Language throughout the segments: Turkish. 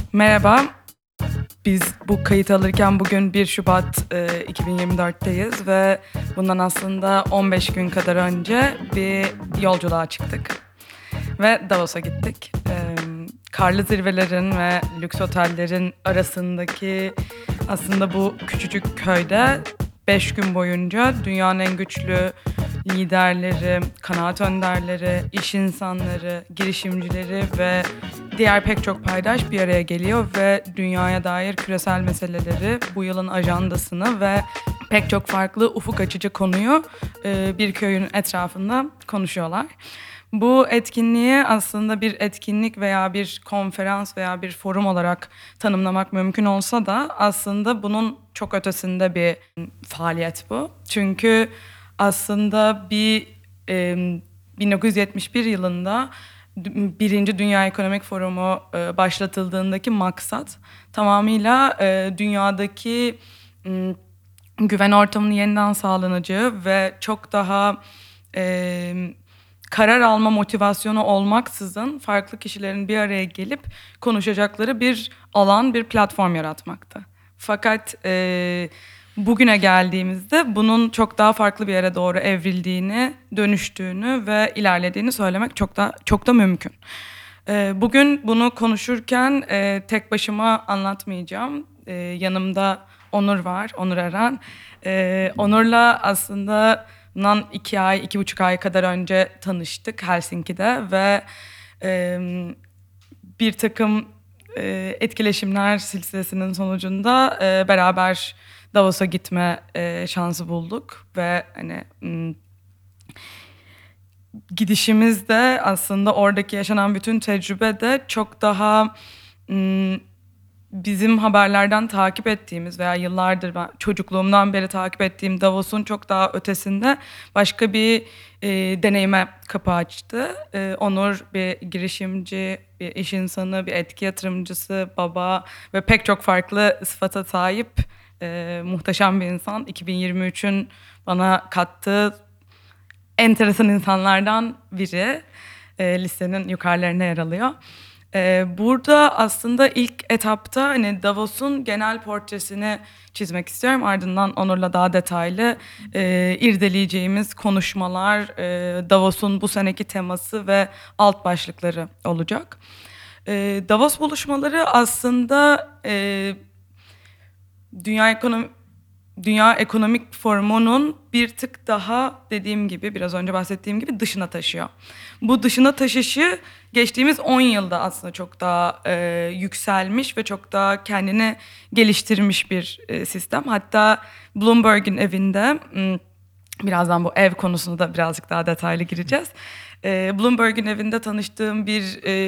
Merhaba, biz bu kayıt alırken bugün 1 Şubat 2024'teyiz ve bundan aslında 15 gün kadar önce bir yolculuğa çıktık ve Davos'a gittik. Karlı zirvelerin ve lüks otellerin arasındaki aslında bu küçücük köyde 5 gün boyunca dünyanın en güçlü liderleri, kanaat önderleri, iş insanları, girişimcileri ve diğer pek çok paydaş bir araya geliyor ve dünyaya dair küresel meseleleri, bu yılın ajandasını ve pek çok farklı ufuk açıcı konuyu bir köyün etrafında konuşuyorlar. Bu etkinliği aslında bir etkinlik veya bir konferans veya bir forum olarak tanımlamak mümkün olsa da aslında bunun çok ötesinde bir faaliyet bu. Çünkü aslında 1971 yılında Birinci Dünya Ekonomik Forumu başlatıldığındaki maksat tamamıyla dünyadaki güven ortamının yeniden sağlanacağı ve çok daha karar alma motivasyonu olmaksızın farklı kişilerin bir araya gelip konuşacakları bir alan, bir platform yaratmaktı. Fakat bugüne geldiğimizde bunun çok daha farklı bir yere doğru evrildiğini, dönüştüğünü ve ilerlediğini söylemek çok da mümkün. Bugün bunu konuşurken tek başıma anlatmayacağım. Yanımda Onur var, Onur Eren. Onur'la aslında bundan 2,5 ay kadar önce tanıştık Helsinki'de ve bir takım etkileşimler silsilesinin sonucunda beraber Davos'a gitme şansı bulduk ve hani gidişimiz de aslında oradaki yaşanan bütün tecrübe de çok daha bizim haberlerden takip ettiğimiz veya yıllardır ben çocukluğumdan beri takip ettiğim Davos'un çok daha ötesinde başka bir deneyime kapı açtı. Onur bir girişimci, bir iş insanı, bir etki yatırımcısı, baba ve pek çok farklı sıfata sahip muhteşem bir insan. 2023'ün bana kattığı enteresan insanlardan biri. Listenin yukarılarına yer alıyor. Burada aslında ilk etapta hani Davos'un genel portresini çizmek istiyorum. Ardından Onur'la daha detaylı irdeleyeceğimiz konuşmalar, Davos'un bu seneki teması ve alt başlıkları olacak. Davos buluşmaları aslında Dünya Ekonomik Forumu'nun bir tık daha dediğim gibi biraz önce bahsettiğim gibi dışına taşıyor. Bu dışına taşışı geçtiğimiz 10 yılda aslında çok daha yükselmiş ve çok daha kendini geliştirmiş bir sistem. Hatta Bloomberg'in evinde birazdan bu ev konusunu da birazcık daha detaylı gireceğiz. Bloomberg'in evinde tanıştığım bir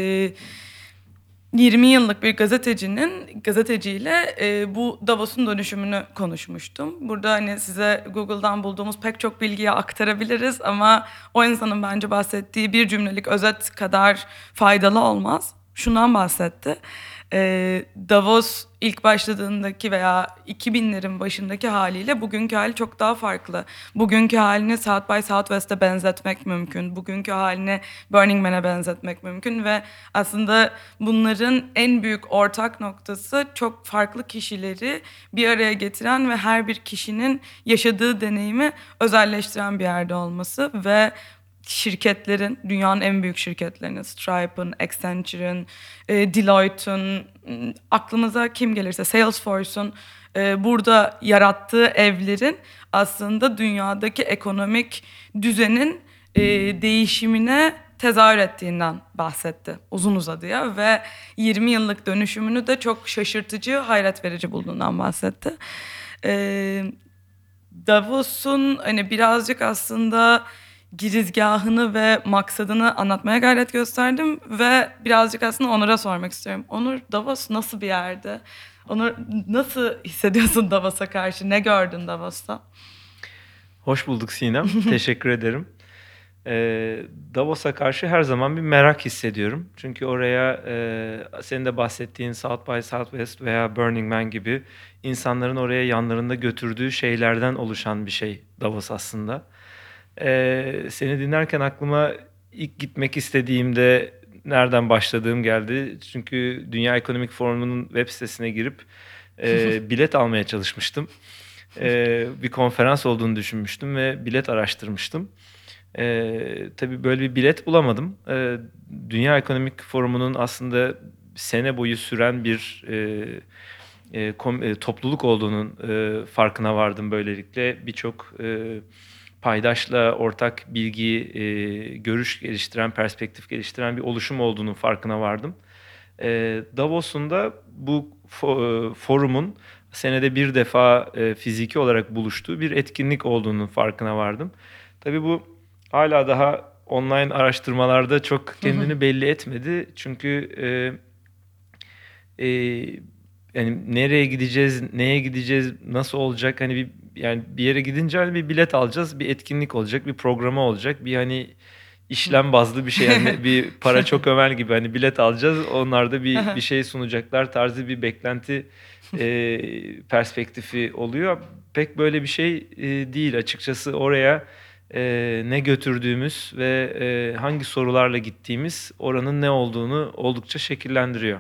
20 yıllık bir gazeteciyle bu Davos'un dönüşümünü konuşmuştum. Burada hani size Google'dan bulduğumuz pek çok bilgiyi aktarabiliriz ama o insanın bence bahsettiği bir cümlelik özet kadar faydalı olmaz. Şundan bahsetti. Davos ilk başladığındaki veya 2000'lerin başındaki haliyle bugünkü hali çok daha farklı. Bugünkü halini South by Southwest'e benzetmek mümkün. Bugünkü halini Burning Man'e benzetmek mümkün ve aslında bunların en büyük ortak noktası çok farklı kişileri bir araya getiren ve her bir kişinin yaşadığı deneyimi özelleştiren bir yerde olması ve şirketlerin, dünyanın en büyük şirketlerinin, Stripe'ın, Accenture'ın, Deloitte'un, aklımıza kim gelirse Salesforce'un burada yarattığı evlerin aslında dünyadaki ekonomik düzenin değişimine tezahür ettiğinden bahsetti uzun uzadıya ve 20 yıllık dönüşümünü de çok şaşırtıcı, hayret verici bulduğundan bahsetti. Davos'un hani birazcık aslında girizgahını ve maksadını anlatmaya gayret gösterdim ve birazcık aslında Onur'a sormak istiyorum. Onur, Davos nasıl bir yerdi? Onur, nasıl hissediyorsun Davos'a karşı? Ne gördün Davos'ta? Hoş bulduk Sinem. Teşekkür ederim. Davos'a karşı her zaman bir merak hissediyorum. Çünkü oraya senin de bahsettiğin South by Southwest veya Burning Man gibi insanların oraya yanlarında götürdüğü şeylerden oluşan bir şey Davos aslında. Seni dinlerken aklıma ilk gitmek istediğimde nereden başladığım geldi. Çünkü Dünya Ekonomik Forumu'nun web sitesine girip bilet almaya çalışmıştım. Bir konferans olduğunu düşünmüştüm ve bilet araştırmıştım. Tabii böyle bir bilet bulamadım. Dünya Ekonomik Forumu'nun aslında sene boyu süren bir topluluk olduğunun farkına vardım böylelikle. Birçok paydaşla ortak bilgi, görüş geliştiren, perspektif geliştiren bir oluşum olduğunun farkına vardım. Davos'un da bu forumun senede bir defa fiziki olarak buluştuğu bir etkinlik olduğunun farkına vardım. Tabii bu hala daha online araştırmalarda çok kendini belli etmedi. Çünkü yani nereye gideceğiz, neye gideceğiz, nasıl olacak? Hani yani bir yere gidince hani bir bilet alacağız, bir etkinlik olacak, bir programı olacak, bir hani işlem bazlı bir şey, yani bir para çok ömer gibi hani bilet alacağız, onlar da bir şey sunacaklar tarzı bir beklenti perspektifi oluyor. Pek böyle bir şey değil açıkçası. Oraya ne götürdüğümüz ve hangi sorularla gittiğimiz oranın ne olduğunu oldukça şekillendiriyor.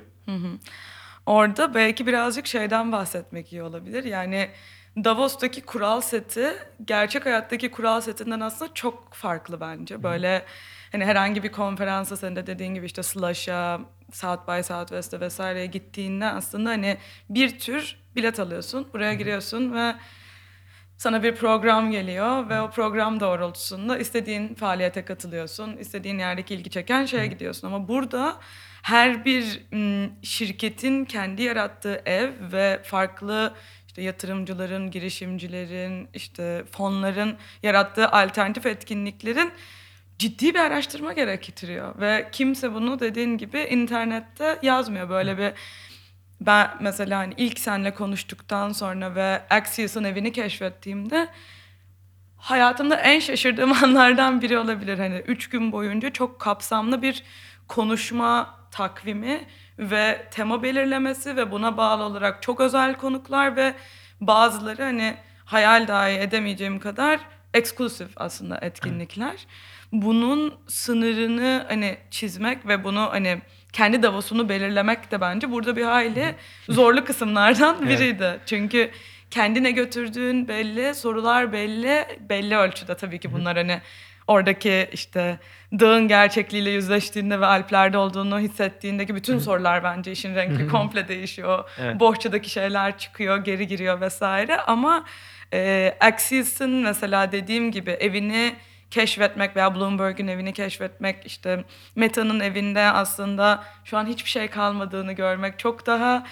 Orada belki birazcık şeyden bahsetmek iyi olabilir. Yani Davos'taki kural seti gerçek hayattaki kural setinden aslında çok farklı bence. Böyle hani herhangi bir konferansa, senin de dediğin gibi işte Slash'a, South by Southwest'e vesaireye gittiğinde aslında hani bir tür bilet alıyorsun. Buraya giriyorsun ve sana bir program geliyor ve o program doğrultusunda istediğin faaliyete katılıyorsun. İstediğin yerdeki ilgi çeken şeye gidiyorsun. Ama burada her bir şirketin kendi yarattığı ev ve farklı işte yatırımcıların, girişimcilerin, işte fonların yarattığı alternatif etkinliklerin ciddi bir araştırma gerektiriyor. Ve kimse bunu dediğin gibi internette yazmıyor. Böyle bir ben mesela hani ilk seninle konuştuktan sonra ve Axios'un evini keşfettiğimde hayatımda en şaşırdığım anlardan biri olabilir. Hani 3 gün boyunca çok kapsamlı bir konuşma takvimi ve tema belirlemesi ve buna bağlı olarak çok özel konuklar ve bazıları hani hayal dahi edemeyeceğim kadar eksklusif aslında etkinlikler. Bunun sınırını hani çizmek ve bunu hani kendi Davos'unu belirlemek de bence burada bir hayli zorlu kısımlardan biriydi. Çünkü kendine götürdüğün belli, sorular belli, belli ölçüde tabii ki bunlar hani oradaki işte dağın gerçekliğiyle yüzleştiğinde ve Alplerde olduğunu hissettiğindeki bütün sorular bence işin rengi komple değişiyor. Evet. Bohçadaki şeyler çıkıyor, geri giriyor vesaire ama Axios'ın mesela dediğim gibi evini keşfetmek veya Bloomberg'in evini keşfetmek, işte Meta'nın evinde aslında şu an hiçbir şey kalmadığını görmek çok daha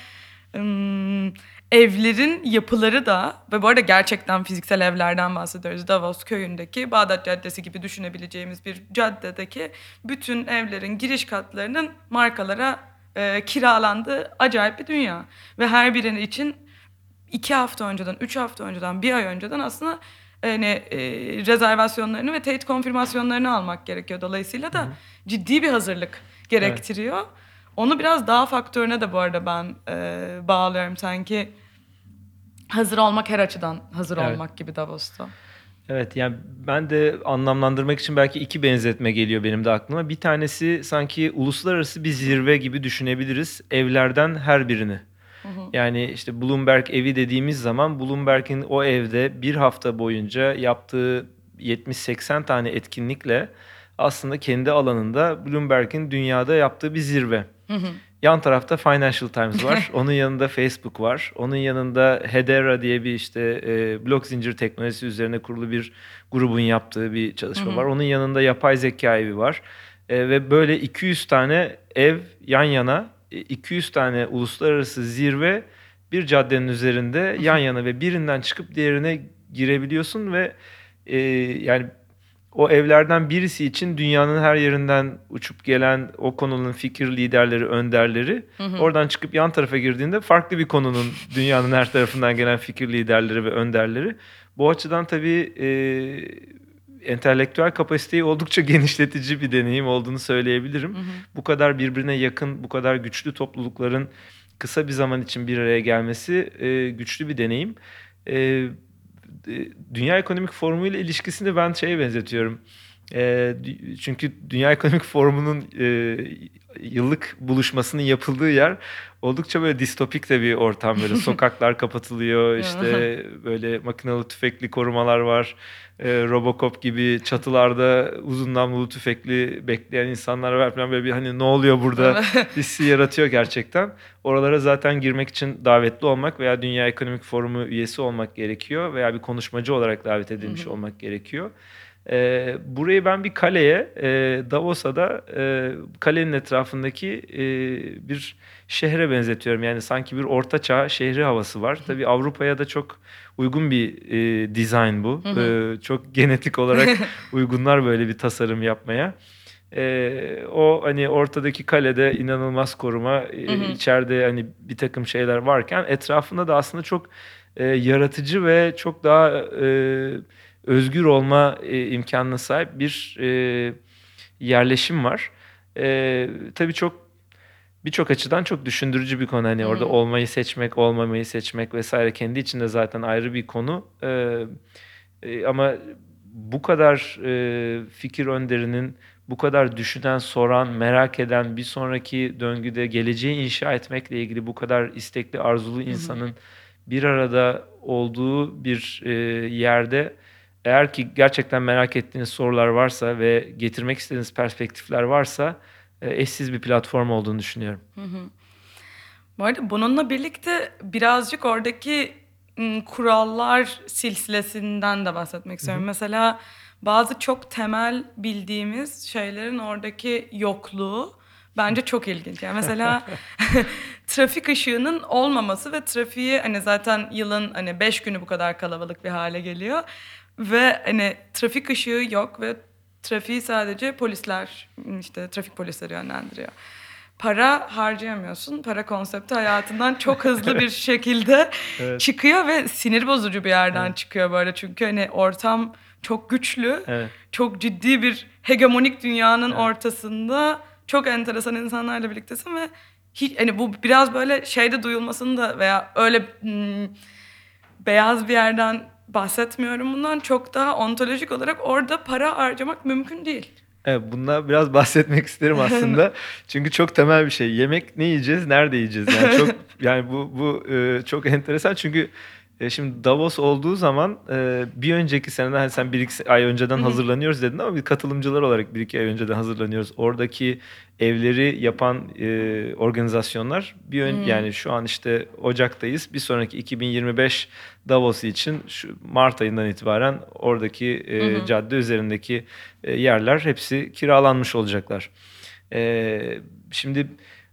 evlerin yapıları da ve bu arada gerçekten fiziksel evlerden bahsediyoruz. Davos köyündeki Bağdat Caddesi gibi düşünebileceğimiz bir caddedeki bütün evlerin giriş katlarının markalara kiralandığı acayip bir dünya. Ve her birinin için 2 hafta önceden, 3 hafta önceden, 1 ay önceden aslında hani rezervasyonlarını ve teyit konfirmasyonlarını almak gerekiyor. Dolayısıyla da ciddi bir hazırlık gerektiriyor. Onu biraz daha faktörüne de bu arada ben bağlıyorum sanki. Hazır olmak her açıdan hazır olmak gibi Davos'ta. Evet, yani ben de anlamlandırmak için belki iki benzetme geliyor benim de aklıma. Bir tanesi sanki uluslararası bir zirve gibi düşünebiliriz evlerden her birini. Yani işte Bloomberg evi dediğimiz zaman Bloomberg'in o evde bir hafta boyunca yaptığı 70-80 tane etkinlikle aslında kendi alanında Bloomberg'in dünyada yaptığı bir zirve. Yan tarafta Financial Times var. Onun yanında Facebook var. Onun yanında Hedera diye bir işte blok zincir teknolojisi üzerine kurulu bir grubun yaptığı bir çalışma var. Onun yanında yapay zeka evi var. Ve böyle 200 tane ev yan yana, 200 tane uluslararası zirve bir caddenin üzerinde yan yana ve birinden çıkıp diğerine girebiliyorsun ve yani o evlerden birisi için dünyanın her yerinden uçup gelen o konunun fikir liderleri, önderleri oradan çıkıp yan tarafa girdiğinde farklı bir konunun dünyanın her tarafından gelen fikir liderleri ve önderleri. Bu açıdan tabii entelektüel kapasiteyi oldukça genişletici bir deneyim olduğunu söyleyebilirim. Bu kadar birbirine yakın, bu kadar güçlü toplulukların kısa bir zaman için bir araya gelmesi güçlü bir deneyim. Dünya Ekonomik Forumu ile ilişkisini ben şeye benzetiyorum. Çünkü Dünya Ekonomik Forumu'nun yıllık buluşmasının yapıldığı yer oldukça böyle distopik de bir ortam. Böyle sokaklar kapatılıyor, işte böyle makinalı tüfekli korumalar var. Robocop gibi çatılarda uzun namlulu tüfekli bekleyen insanlar var falan, böyle bir hani ne oluyor burada hissi yaratıyor gerçekten. Oralara zaten girmek için davetli olmak veya Dünya Ekonomik Forumu üyesi olmak gerekiyor veya bir konuşmacı olarak davet edilmiş olmak gerekiyor. Burayı ben bir kaleye, Davos'a da kalenin etrafındaki bir şehre benzetiyorum. Yani sanki bir ortaçağ şehri havası var. Tabii Avrupa'ya da çok uygun bir dizayn bu. Çok genetik olarak uygunlar böyle bir tasarım yapmaya. O hani ortadaki kalede inanılmaz koruma, içeride hani bir takım şeyler varken etrafında da aslında çok yaratıcı ve çok daha özgür olma imkanına sahip bir yerleşim var. Tabii birçok açıdan çok düşündürücü bir konu. Hani orada olmayı seçmek, olmamayı seçmek vesaire kendi içinde zaten ayrı bir konu. Ama bu kadar fikir önderinin, bu kadar düşünen, soran, merak eden, bir sonraki döngüde geleceği inşa etmekle ilgili bu kadar istekli, arzulu insanın bir arada olduğu bir yerde, eğer ki gerçekten merak ettiğiniz sorular varsa ve getirmek istediğiniz perspektifler varsa eşsiz bir platform olduğunu düşünüyorum. Bu arada bununla birlikte birazcık oradaki kurallar silsilesinden de bahsetmek istiyorum. Mesela bazı çok temel bildiğimiz şeylerin oradaki yokluğu bence çok ilginç. Yani mesela trafik ışığının olmaması ve trafiği hani zaten yılın hani 5 günü bu kadar kalabalık bir hale geliyor. Ve hani trafik ışığı yok ve trafiği sadece polisler, işte trafik polisleri yönlendiriyor. Para harcayamıyorsun. Para konsepti hayatından çok hızlı bir şekilde çıkıyor ve sinir bozucu bir yerden çıkıyor böyle. Çünkü hani ortam çok güçlü, çok ciddi bir hegemonik dünyanın ortasında çok enteresan insanlarla birliktesin ve hani bu biraz böyle şeyde duyulmasını da veya öyle beyaz bir yerden bahsetmiyorum bundan, çok daha ontolojik olarak orada para harcamak mümkün değil. Evet, bundan biraz bahsetmek isterim aslında. Çünkü çok temel bir şey. Yemek ne yiyeceğiz, nerede yiyeceğiz? Yani bu çok enteresan çünkü şimdi Davos olduğu zaman bir önceki seneden hani sen 1-2 ay önceden hazırlanıyoruz dedin ama bir katılımcılar olarak 1-2 ay önceden hazırlanıyoruz. Oradaki evleri yapan organizasyonlar yani şu an işte Ocak'tayız. Bir sonraki 2025 Davos için şu Mart ayından itibaren oradaki cadde üzerindeki yerler hepsi kiralanmış olacaklar. Şimdi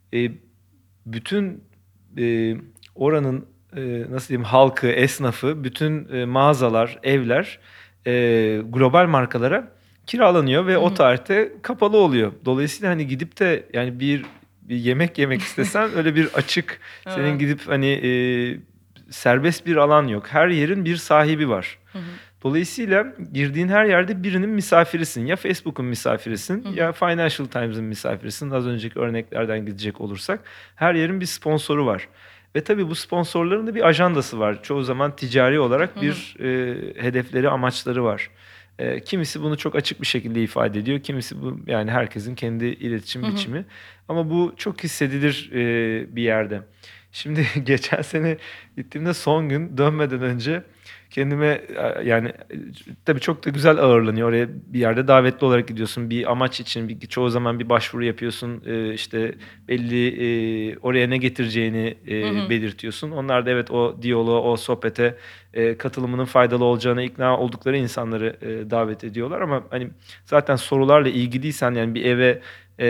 bütün oranın nasıl diyeyim, halkı, esnafı, bütün mağazalar, evler global markalara kiralanıyor ve o tarihte kapalı oluyor. Dolayısıyla hani gidip de yani bir yemek yemek istesen öyle bir açık, senin gidip hani serbest bir alan yok. Her yerin bir sahibi var. Dolayısıyla girdiğin her yerde birinin misafirisin. Ya Facebook'un misafirisin ya Financial Times'ın misafirisin. Az önceki örneklerden gidecek olursak her yerin bir sponsoru var. Ve tabii bu sponsorların da bir ajandası var. Çoğu zaman ticari olarak bir hedefleri, amaçları var. Kimisi bunu çok açık bir şekilde ifade ediyor. Kimisi bu yani herkesin kendi iletişim biçimi. Ama bu çok hissedilir bir yerde. Şimdi geçen sene gittiğimde son gün dönmeden önce kendime yani tabii çok da güzel ağırlanıyor. Oraya bir yerde davetli olarak gidiyorsun. Bir amaç için çoğu zaman bir başvuru yapıyorsun. İşte belli oraya ne getireceğini belirtiyorsun. Onlar da evet o diyaloğa, o sohbete katılımının faydalı olacağına ikna oldukları insanları davet ediyorlar. Ama hani zaten sorularla ilgiliysen yani bir eve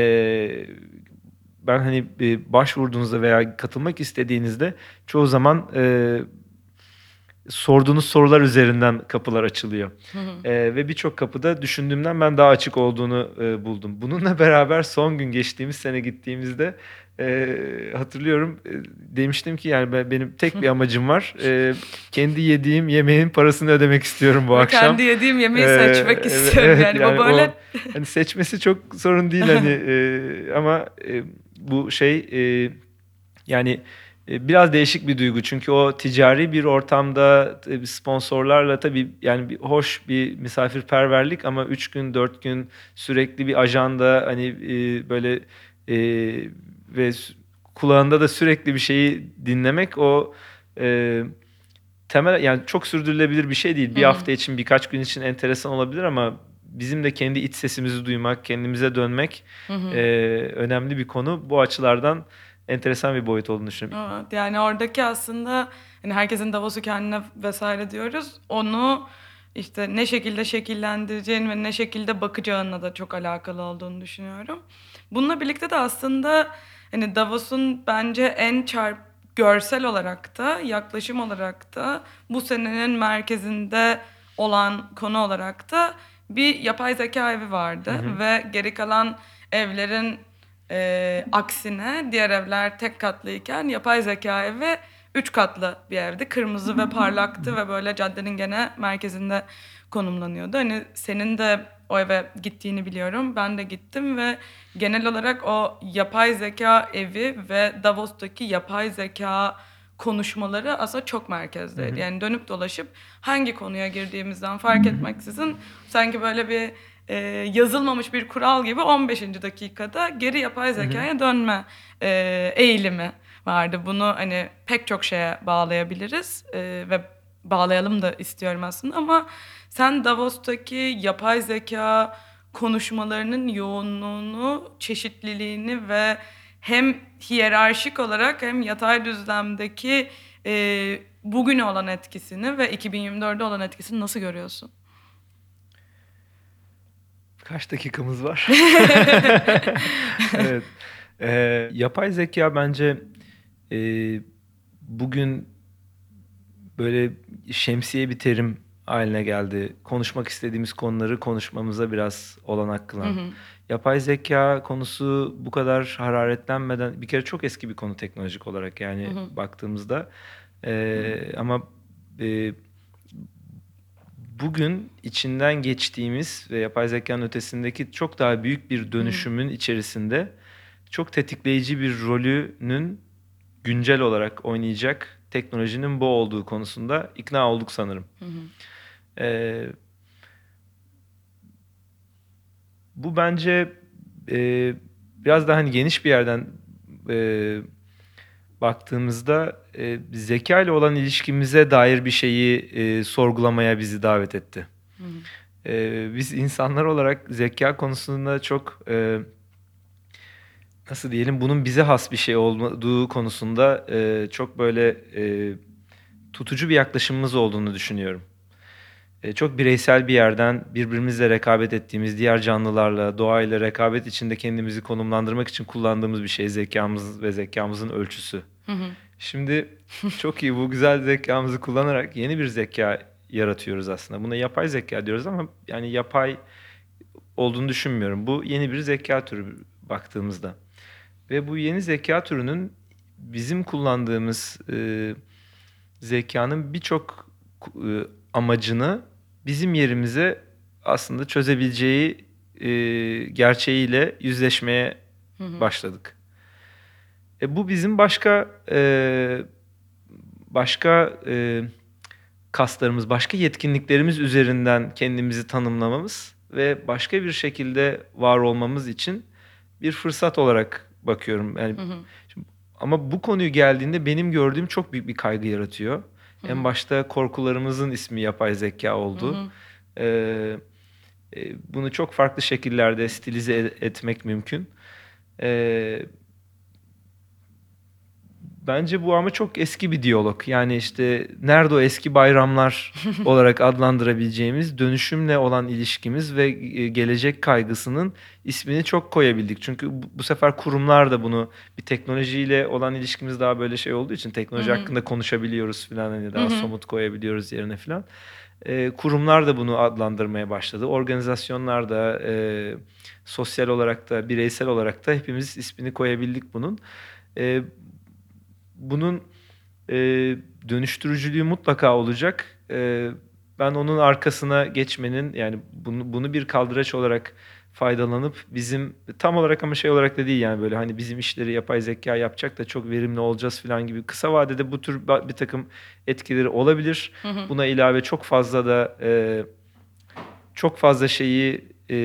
ben hani başvurduğunuzda veya katılmak istediğinizde çoğu zaman sorduğunuz sorular üzerinden kapılar açılıyor. Ve birçok kapıda düşündüğümden ben daha açık olduğunu buldum. Bununla beraber son gün geçtiğimiz sene gittiğimizde hatırlıyorum demiştim ki yani benim tek bir amacım var. Kendi yediğim yemeğin parasını ödemek istiyorum bu akşam. Kendi yediğim yemeği seçmek istiyorum. Evet, yani bu böyle hani seçmesi çok sorun değil hani ama bu şey yani Biraz değişik bir duygu çünkü o ticari bir ortamda sponsorlarla tabii yani hoş bir misafirperverlik ama 3 gün 4 gün sürekli bir ajanda hani böyle ve kulağında da sürekli bir şeyi dinlemek o e, temel yani çok sürdürülebilir bir şey değil. Hı Bir hı. hafta için birkaç gün için enteresan olabilir ama bizim de kendi iç sesimizi duymak, kendimize dönmek Hı hı. önemli bir konu. Bu açılardan enteresan bir boyut olduğunu düşünüyorum. Evet, yani oradaki aslında hani herkesin Davos'u kendine vesaire diyoruz. Onu işte ne şekilde şekillendireceğin ve ne şekilde bakacağınla da çok alakalı olduğunu düşünüyorum. Bununla birlikte de aslında hani Davos'un bence görsel olarak da yaklaşım olarak da bu senenin merkezinde olan konu olarak da bir yapay zeka evi Hı vardı hı. ve geri kalan evlerin aksine diğer evler tek katlıyken yapay zeka evi 3 katlı bir evdi. Kırmızı ve parlaktı ve böyle caddenin gene merkezinde konumlanıyordu. Hani senin de o eve gittiğini biliyorum. Ben de gittim ve genel olarak o yapay zeka evi ve Davos'taki yapay zeka konuşmaları aslında çok Hı merkezdeydi. hı. Yani dönüp dolaşıp hangi konuya girdiğimizden fark etmeksizin sanki böyle bir e, yazılmamış bir kural gibi 15. dakikada geri yapay Hı hı. zekaya dönme eğilimi vardı. Bunu hani pek çok şeye bağlayabiliriz ve bağlayalım da istiyorum aslında ama sen Davos'taki yapay zeka konuşmalarının yoğunluğunu, çeşitliliğini ve hem hiyerarşik olarak hem yatay düzlemdeki bugüne olan etkisini ve 2024'de olan etkisini nasıl görüyorsun? Kaç dakikamız var? Evet. Yapay zeka bence e, bugün böyle şemsiye bir terim haline geldi. Konuşmak istediğimiz konuları konuşmamıza biraz olanak Hı kılan. hı. Yapay zeka konusu bu kadar hararetlenmeden bir kere çok eski bir konu teknolojik olarak Hı yani hı. baktığımızda. Ama e, bugün içinden geçtiğimiz ve yapay zekanın ötesindeki çok daha büyük bir Hı hı. dönüşümün içerisinde çok tetikleyici bir rolünün güncel olarak oynayacak teknolojinin bu olduğu konusunda ikna olduk sanırım. Hı hı. Ee, Bu bence e, biraz daha hani geniş bir yerden e, baktığımızda zeka ile olan ilişkimize dair bir şeyi sorgulamaya bizi davet etti. Hı hı. Biz insanlar olarak zeka konusunda çok nasıl diyelim bunun bize has bir şey olduğu konusunda çok böyle tutucu bir yaklaşımımız olduğunu düşünüyorum. Çok bireysel bir yerden birbirimizle rekabet ettiğimiz diğer canlılarla, doğayla rekabet içinde kendimizi konumlandırmak için kullandığımız bir şey zekamız ve zekamızın ölçüsü. Hı hı. Şimdi çok iyi bu güzel zekamızı kullanarak yeni bir zeka yaratıyoruz aslında. Buna yapay zeka diyoruz ama yani yapay olduğunu düşünmüyorum. Bu yeni bir zeka türü baktığımızda. Ve bu yeni zeka türünün bizim kullandığımız zekanın birçok amacını bizim yerimize aslında çözebileceği gerçeğiyle yüzleşmeye Hı hı. başladık. Bu bizim başka kaslarımız, başka yetkinliklerimiz üzerinden kendimizi tanımlamamız ve başka bir şekilde var olmamız için bir fırsat olarak bakıyorum. Yani Hı hı. ama bu konuyu geldiğinde benim gördüğüm çok büyük bir kaygı yaratıyor. Hı En hı. başta korkularımızın ismi yapay zeka Hı oldu. hı. Ee, Bunu çok farklı şekillerde stilize etmek mümkün. Ee, Bence bu ama çok eski bir diyalog. Yani işte nerede o eski bayramlar olarak adlandırabileceğimiz dönüşümle olan ilişkimiz ve gelecek kaygısının ismini çok koyabildik. Çünkü bu sefer kurumlar da bunu bir teknolojiyle olan ilişkimiz daha böyle şey olduğu için Hı teknoloji hı. hakkında konuşabiliyoruz falan hani Hı daha hı. somut koyabiliyoruz yerine falan. Kurumlar da bunu adlandırmaya başladı. Organizasyonlar da sosyal olarak da bireysel olarak da hepimiz ismini koyabildik bunun. E, Bunun e, dönüştürücülüğü mutlaka olacak. Ben onun arkasına geçmenin yani bunu bir kaldıraç olarak faydalanıp bizim tam olarak ama şey olarak da değil yani böyle hani bizim işleri yapay zeka yapacak da çok verimli olacağız falan gibi kısa vadede bu tür bir takım etkileri olabilir. Hı hı. Buna ilave çok fazla şeyi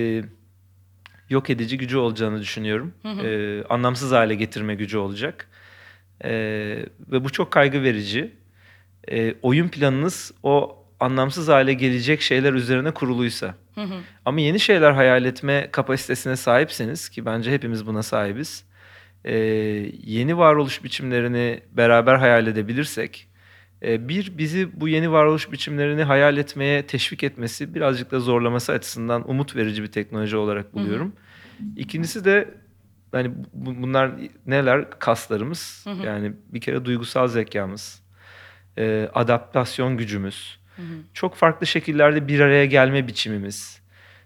yok edici gücü olacağını düşünüyorum. Hı hı. Anlamsız hale getirme gücü olacak. Ve bu çok kaygı verici. Oyun planınız o anlamsız hale gelecek şeyler üzerine kuruluysa. Hı hı. Ama yeni şeyler hayal etme kapasitesine sahipseniz ki bence hepimiz buna sahibiz. Ee, Yeni varoluş biçimlerini beraber hayal edebilirsek, bizi bu yeni varoluş biçimlerini hayal etmeye teşvik etmesi, birazcık da zorlaması açısından umut verici bir teknoloji olarak Hı hı. buluyorum. İkincisi de hani bunlar neler? Kaslarımız. Hı hı. Yani bir kere duygusal zekamız, adaptasyon gücümüz, Hı hı. çok farklı şekillerde bir araya gelme biçimimiz,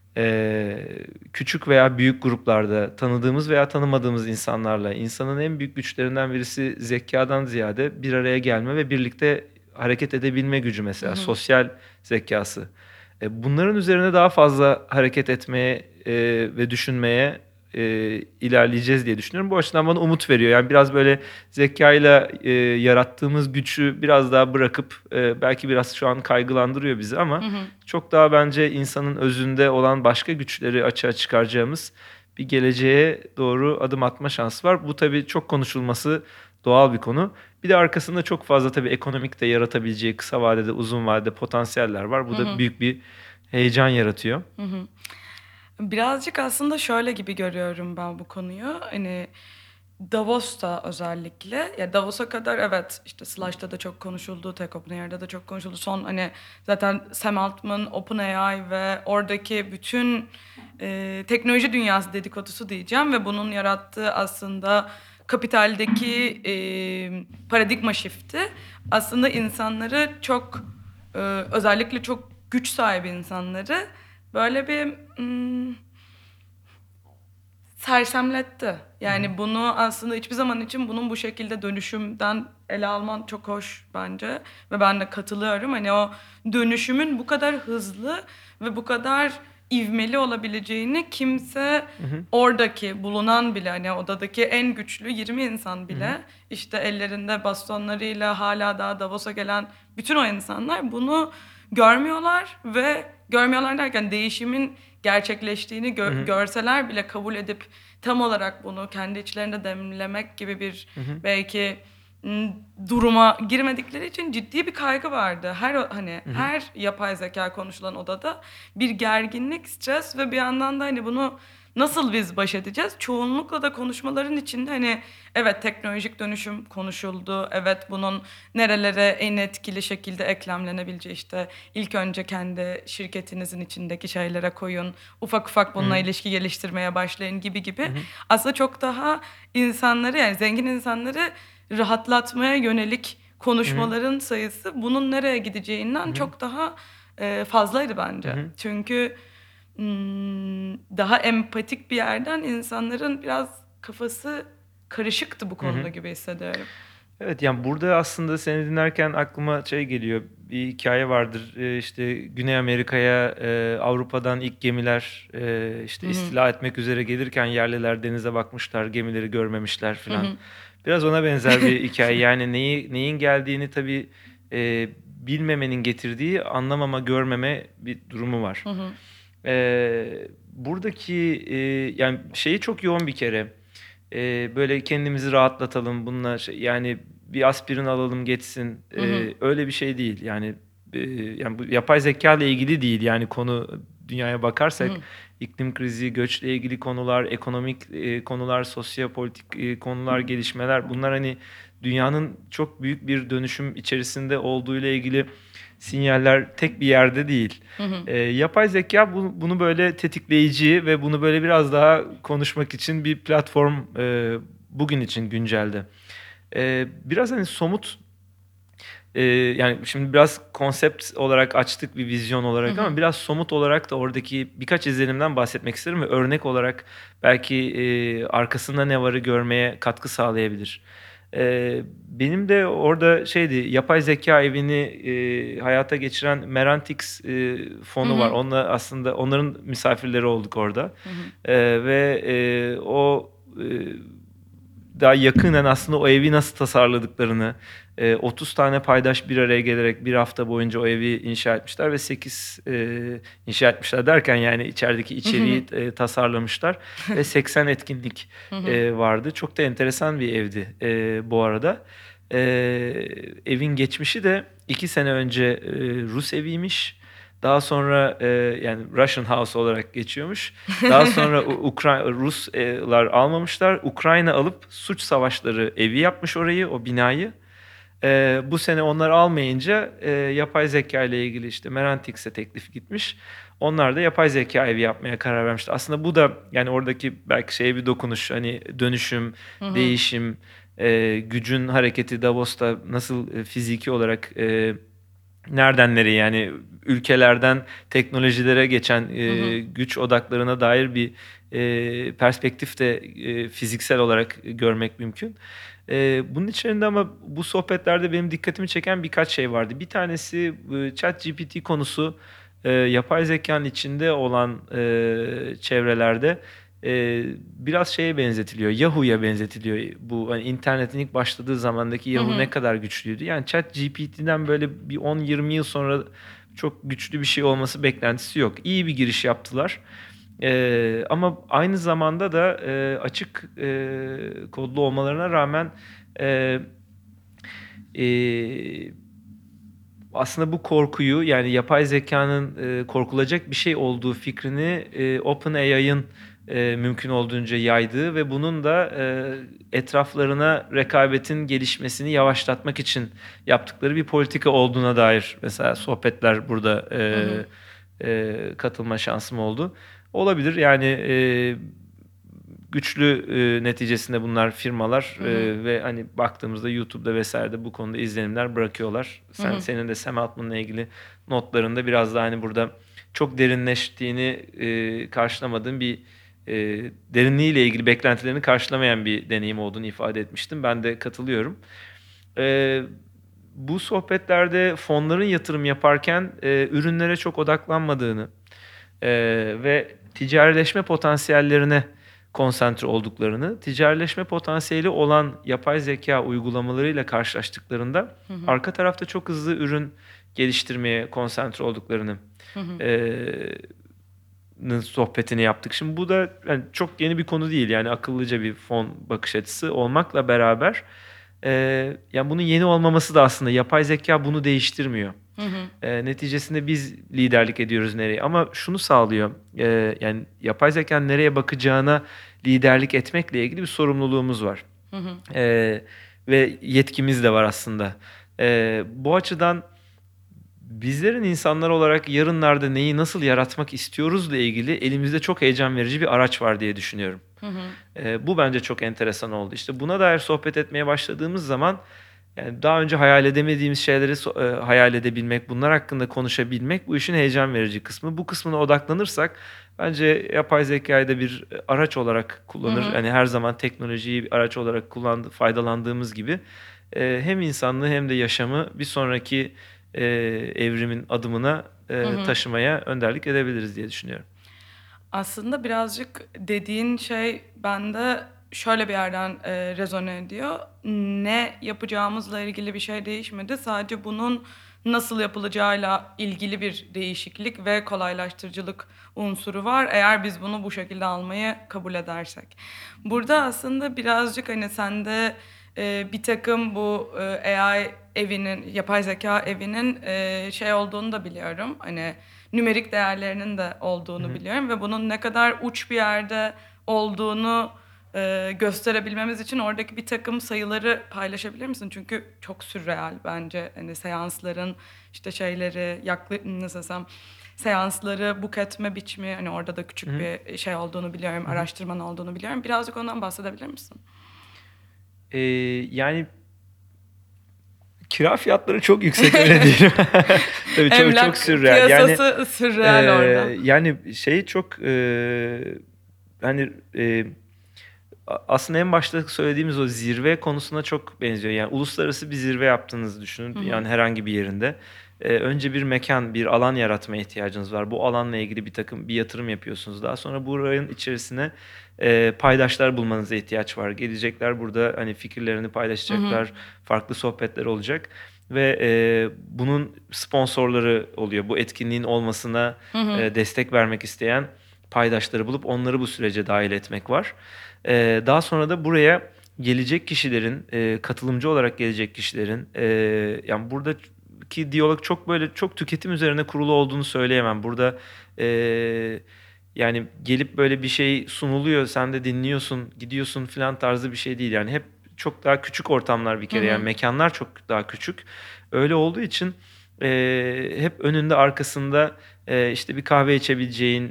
küçük veya büyük gruplarda tanıdığımız veya tanımadığımız insanlarla insanın en büyük güçlerinden birisi zekadan ziyade bir araya gelme ve birlikte hareket edebilme gücü Hı mesela hı. sosyal zekası. Bunların üzerine daha fazla hareket etmeye ve düşünmeye ilerleyeceğiz diye düşünüyorum. Bu açıdan bana umut veriyor. Yani biraz böyle zekayla yarattığımız gücü biraz daha bırakıp belki biraz şu an kaygılandırıyor bizi ama Hı hı. çok daha bence insanın özünde olan başka güçleri açığa çıkaracağımız bir geleceğe doğru adım atma şansı var. Bu tabii çok konuşulması doğal bir konu. Bir de arkasında çok fazla tabii ekonomik de yaratabileceği kısa vadede, uzun vadede potansiyeller var. Bu Hı da hı. büyük bir heyecan yaratıyor. Hı hı. Birazcık aslında şöyle gibi görüyorum ben bu konuyu. Hani Davos'ta özellikle, ya Davos'a kadar evet işte Slash'ta da çok konuşuldu, Tech OpenAI'da da çok konuşuldu. Son hani zaten Sam Altman, OpenAI ve oradaki bütün teknoloji dünyası dedikodusu diyeceğim ve bunun yarattığı aslında kapitaldeki paradigma shift'i aslında insanları çok özellikle çok güç sahibi insanları böyle bir sersemletti. Hı hı. Yani bunu aslında hiçbir zaman için bunun bu şekilde dönüşümden ele alman çok hoş bence. Ve ben de katılıyorum. Hani o dönüşümün bu kadar hızlı ve bu kadar ivmeli olabileceğini kimse Hı hı. oradaki bulunan bile hani odadaki en güçlü 20 insan Hı hı. bile işte ellerinde bastonlarıyla hala daha Davos'a gelen bütün o insanlar bunu görmüyorlar ve görmüyorlar derken değişimin gerçekleştiğini Hı hı. görseler bile kabul edip tam olarak bunu kendi içlerinde demlemek gibi bir Hı hı. belki duruma girmedikleri için ciddi bir kaygı vardı. Hani Hı hı. her yapay zeka konuşulan odada bir gerginlik, stres ve bir yandan da hani bunu nasıl biz baş edeceğiz? Çoğunlukla da konuşmaların içinde hani evet teknolojik dönüşüm konuşuldu. Evet bunun nerelere en etkili şekilde eklemlenebileceği işte ilk önce kendi şirketinizin içindeki şeylere koyun. Ufak ufak Hı bununla hı. ilişki geliştirmeye başlayın gibi Hı gibi. hı. Aslında çok daha insanları yani zengin insanları rahatlatmaya yönelik Hı hı. konuşmaların sayısı bunun nereye gideceğinden Hı hı. çok daha fazlaydı Hı bence. hı. Çünkü daha empatik bir yerden insanların biraz kafası karışıktı bu Hı konuda hı. gibi hissediyorum. Evet yani burada aslında seni dinlerken aklıma şey geliyor. Bir hikaye vardır. İşte Güney Amerika'ya Avrupa'dan ilk gemiler işte Hı hı. istila etmek üzere gelirken yerliler denize bakmışlar, gemileri görmemişler Hı filan. hı. Biraz ona benzer bir hikaye. Yani neyin geldiğini tabii bilmemenin getirdiği anlamama, görmeme bir durumu var. Hı hı. Buradaki yani şeyi çok yoğun bir kere. Böyle kendimizi rahatlatalım bununla yani bir aspirin alalım geçsin. Hı hı. Öyle bir şey değil. Yani bu yapay zeka ile ilgili değil. Yani konu dünyaya Hı bakarsak hı. iklim krizi, göçle ilgili konular, ekonomik konular, sosyopolitik konular, gelişmeler bunlar hani dünyanın çok büyük bir dönüşüm içerisinde olduğu ile ilgili sinyaller tek bir yerde değil. Hı hı. Yapay zeka bunu böyle tetikleyici ve bunu böyle biraz daha konuşmak için bir platform bugün için güncelde. Biraz hani somut yani şimdi biraz konsept olarak açtık bir vizyon Hı olarak ama hı. biraz somut olarak da oradaki birkaç izlenimden bahsetmek isterim ve örnek olarak belki arkasında ne varı görmeye katkı sağlayabilir. Benim de orada şeydi, yapay zeka evini hayata geçiren Merantix Hı fonu var. hı. Onunla aslında onların misafirleri olduk orada. Hı hı. Ve o daha yakından aslında o evi nasıl tasarladıklarını, 30 tane paydaş bir araya gelerek bir hafta boyunca o evi inşa etmişler ve 8 inşa etmişler derken yani içerideki Hı hı. içeriği tasarlamışlar ve 80 etkinlik Hı hı. vardı. Çok da enteresan bir evdi bu arada. E, Evin geçmişi de 2 sene önce Rus eviymiş. Daha sonra yani Russian House olarak geçiyormuş. Daha sonra Ruslar almamışlar. Ukrayna alıp suç savaşları evi yapmış orayı, o binayı. Bu sene onlar almayınca yapay zeka ile ilgili işte Merantix'e teklif gitmiş. Onlar da yapay zeka evi yapmaya karar vermişler. Aslında bu da yani oradaki belki şeye bir dokunuş. Hani dönüşüm, Hı hı. değişim, gücün hareketi Davos'ta nasıl fiziki olarak nereden nereye yani ülkelerden teknolojilere geçen Hı hı. güç odaklarına dair bir perspektif de fiziksel olarak görmek mümkün. Bunun içerisinde ama bu sohbetlerde benim dikkatimi çeken birkaç şey vardı. Bir tanesi ChatGPT konusu, yapay zekanın içinde olan çevrelerde biraz şeye benzetiliyor. Yahoo'ya benzetiliyor. Bu hani internetin ilk başladığı zamandaki Hı Yahoo hı. ne kadar güçlüydü. Yani ChatGPT'den böyle bir 10-20 yıl sonra çok güçlü bir şey olması beklentisi yok. İyi bir giriş yaptılar. Ama aynı zamanda da açık kodlu olmalarına rağmen e, e, aslında bu korkuyu yani yapay zekanın korkulacak bir şey olduğu fikrini OpenAI'ın mümkün olduğunca yaydığı ve bunun da etraflarına rekabetin gelişmesini yavaşlatmak için yaptıkları bir politika olduğuna dair mesela sohbetler burada Hı hı. katılma şansım oldu. Olabilir yani güçlü neticesinde bunlar firmalar Hı hı. ve hani baktığımızda YouTube'da vesairede bu konuda izlenimler bırakıyorlar. Hı hı. Senin de Sam Altman'la ilgili notlarında biraz daha hani burada çok derinleştiğini karşılamadığın bir e, derinliğiyle ilgili beklentilerini karşılamayan bir deneyim olduğunu ifade etmiştim. Ben de katılıyorum. E, Bu sohbetlerde fonların yatırım yaparken ürünlere çok odaklanmadığını ve ticarileşme potansiyellerine konsantre olduklarını, ticarileşme potansiyeli olan yapay zeka uygulamalarıyla karşılaştıklarında Hı hı. arka tarafta çok hızlı ürün geliştirmeye konsantre olduklarını Hı hı. sohbetini yaptık. Şimdi bu da yani çok yeni bir konu değil. Yani akıllıca bir fon bakış açısı olmakla beraber yani bunun yeni olmaması da aslında yapay zeka bunu değiştirmiyor. Hı hı. Neticesinde biz liderlik ediyoruz nereye. Ama şunu sağlıyor. Yani yapay zekanın nereye bakacağına liderlik etmekle ilgili bir sorumluluğumuz var. Hı hı. Ve yetkimiz de var aslında. Bu açıdan bizlerin insanlar olarak yarınlarda neyi nasıl yaratmak istiyoruzla ilgili elimizde çok heyecan verici bir araç var diye düşünüyorum. Hı hı. Bu bence çok enteresan oldu. İşte buna dair sohbet etmeye başladığımız zaman yani daha önce hayal edemediğimiz şeyleri hayal edebilmek, bunlar hakkında konuşabilmek bu işin heyecan verici kısmı. Bu kısmına odaklanırsak bence yapay zekayı da bir araç olarak Hı kullanır. hı. Yani her zaman teknolojiyi bir araç olarak faydalandığımız gibi hem insanlığı hem de yaşamı bir sonraki evrimin adımına Hı hı. taşımaya önderlik edebiliriz diye düşünüyorum. Aslında birazcık dediğin şey bende şöyle bir yerden rezone ediyor. Ne yapacağımızla ilgili bir şey değişmedi. Sadece bunun nasıl yapılacağıyla ilgili bir değişiklik ve kolaylaştırıcılık unsuru var. Eğer biz bunu bu şekilde almayı kabul edersek. Burada aslında birazcık hani sende bir takım bu AI evinin, yapay zeka evinin şey olduğunu da biliyorum. Hani nümerik değerlerinin de Hı olduğunu hı. biliyorum ve bunun ne kadar uç bir yerde olduğunu gösterebilmemiz için oradaki bir takım sayıları paylaşabilir misin? Çünkü çok sürreal bence hani seansların işte şeyleri nasıl desem seansları book etme biçimi hani orada da Hı küçük hı. bir şey olduğunu biliyorum, Hı hı. araştırman olduğunu biliyorum. Birazcık ondan bahsedebilir misin? Ee, Yani kira fiyatları çok yüksek öyle diyelim. Tabii çok çok Emlak sürreal. Yani piyasası sürreal orada. yani şey çok hani aslında en başta söylediğimiz o zirve konusuna çok benziyor. Yani uluslararası bir zirve yaptığınızı düşünün Hı hı. yani herhangi bir yerinde. Önce bir mekan, bir alan yaratmaya ihtiyacınız var. Bu alanla ilgili bir yatırım yapıyorsunuz. Daha sonra buranın içerisine paydaşlar bulmanıza ihtiyaç var. Gelecekler burada hani fikirlerini Hı hı. paylaşacaklar, farklı sohbetler olacak ve bunun sponsorları oluyor. Bu etkinliğin olmasına Hı hı. destek vermek isteyen paydaşları bulup onları bu sürece dahil etmek var. Daha sonra da buraya gelecek kişilerin, katılımcı olarak gelecek kişilerin, yani buradaki diyalog çok böyle çok tüketim üzerine kurulu olduğunu söyleyemem. Burada yani gelip böyle bir şey sunuluyor, sen de dinliyorsun, gidiyorsun filan tarzı bir şey değil. Yani hep çok daha küçük ortamlar bir Hı kere yani hı. mekanlar çok daha küçük. Öyle olduğu için hep önünde arkasında işte bir kahve içebileceğin,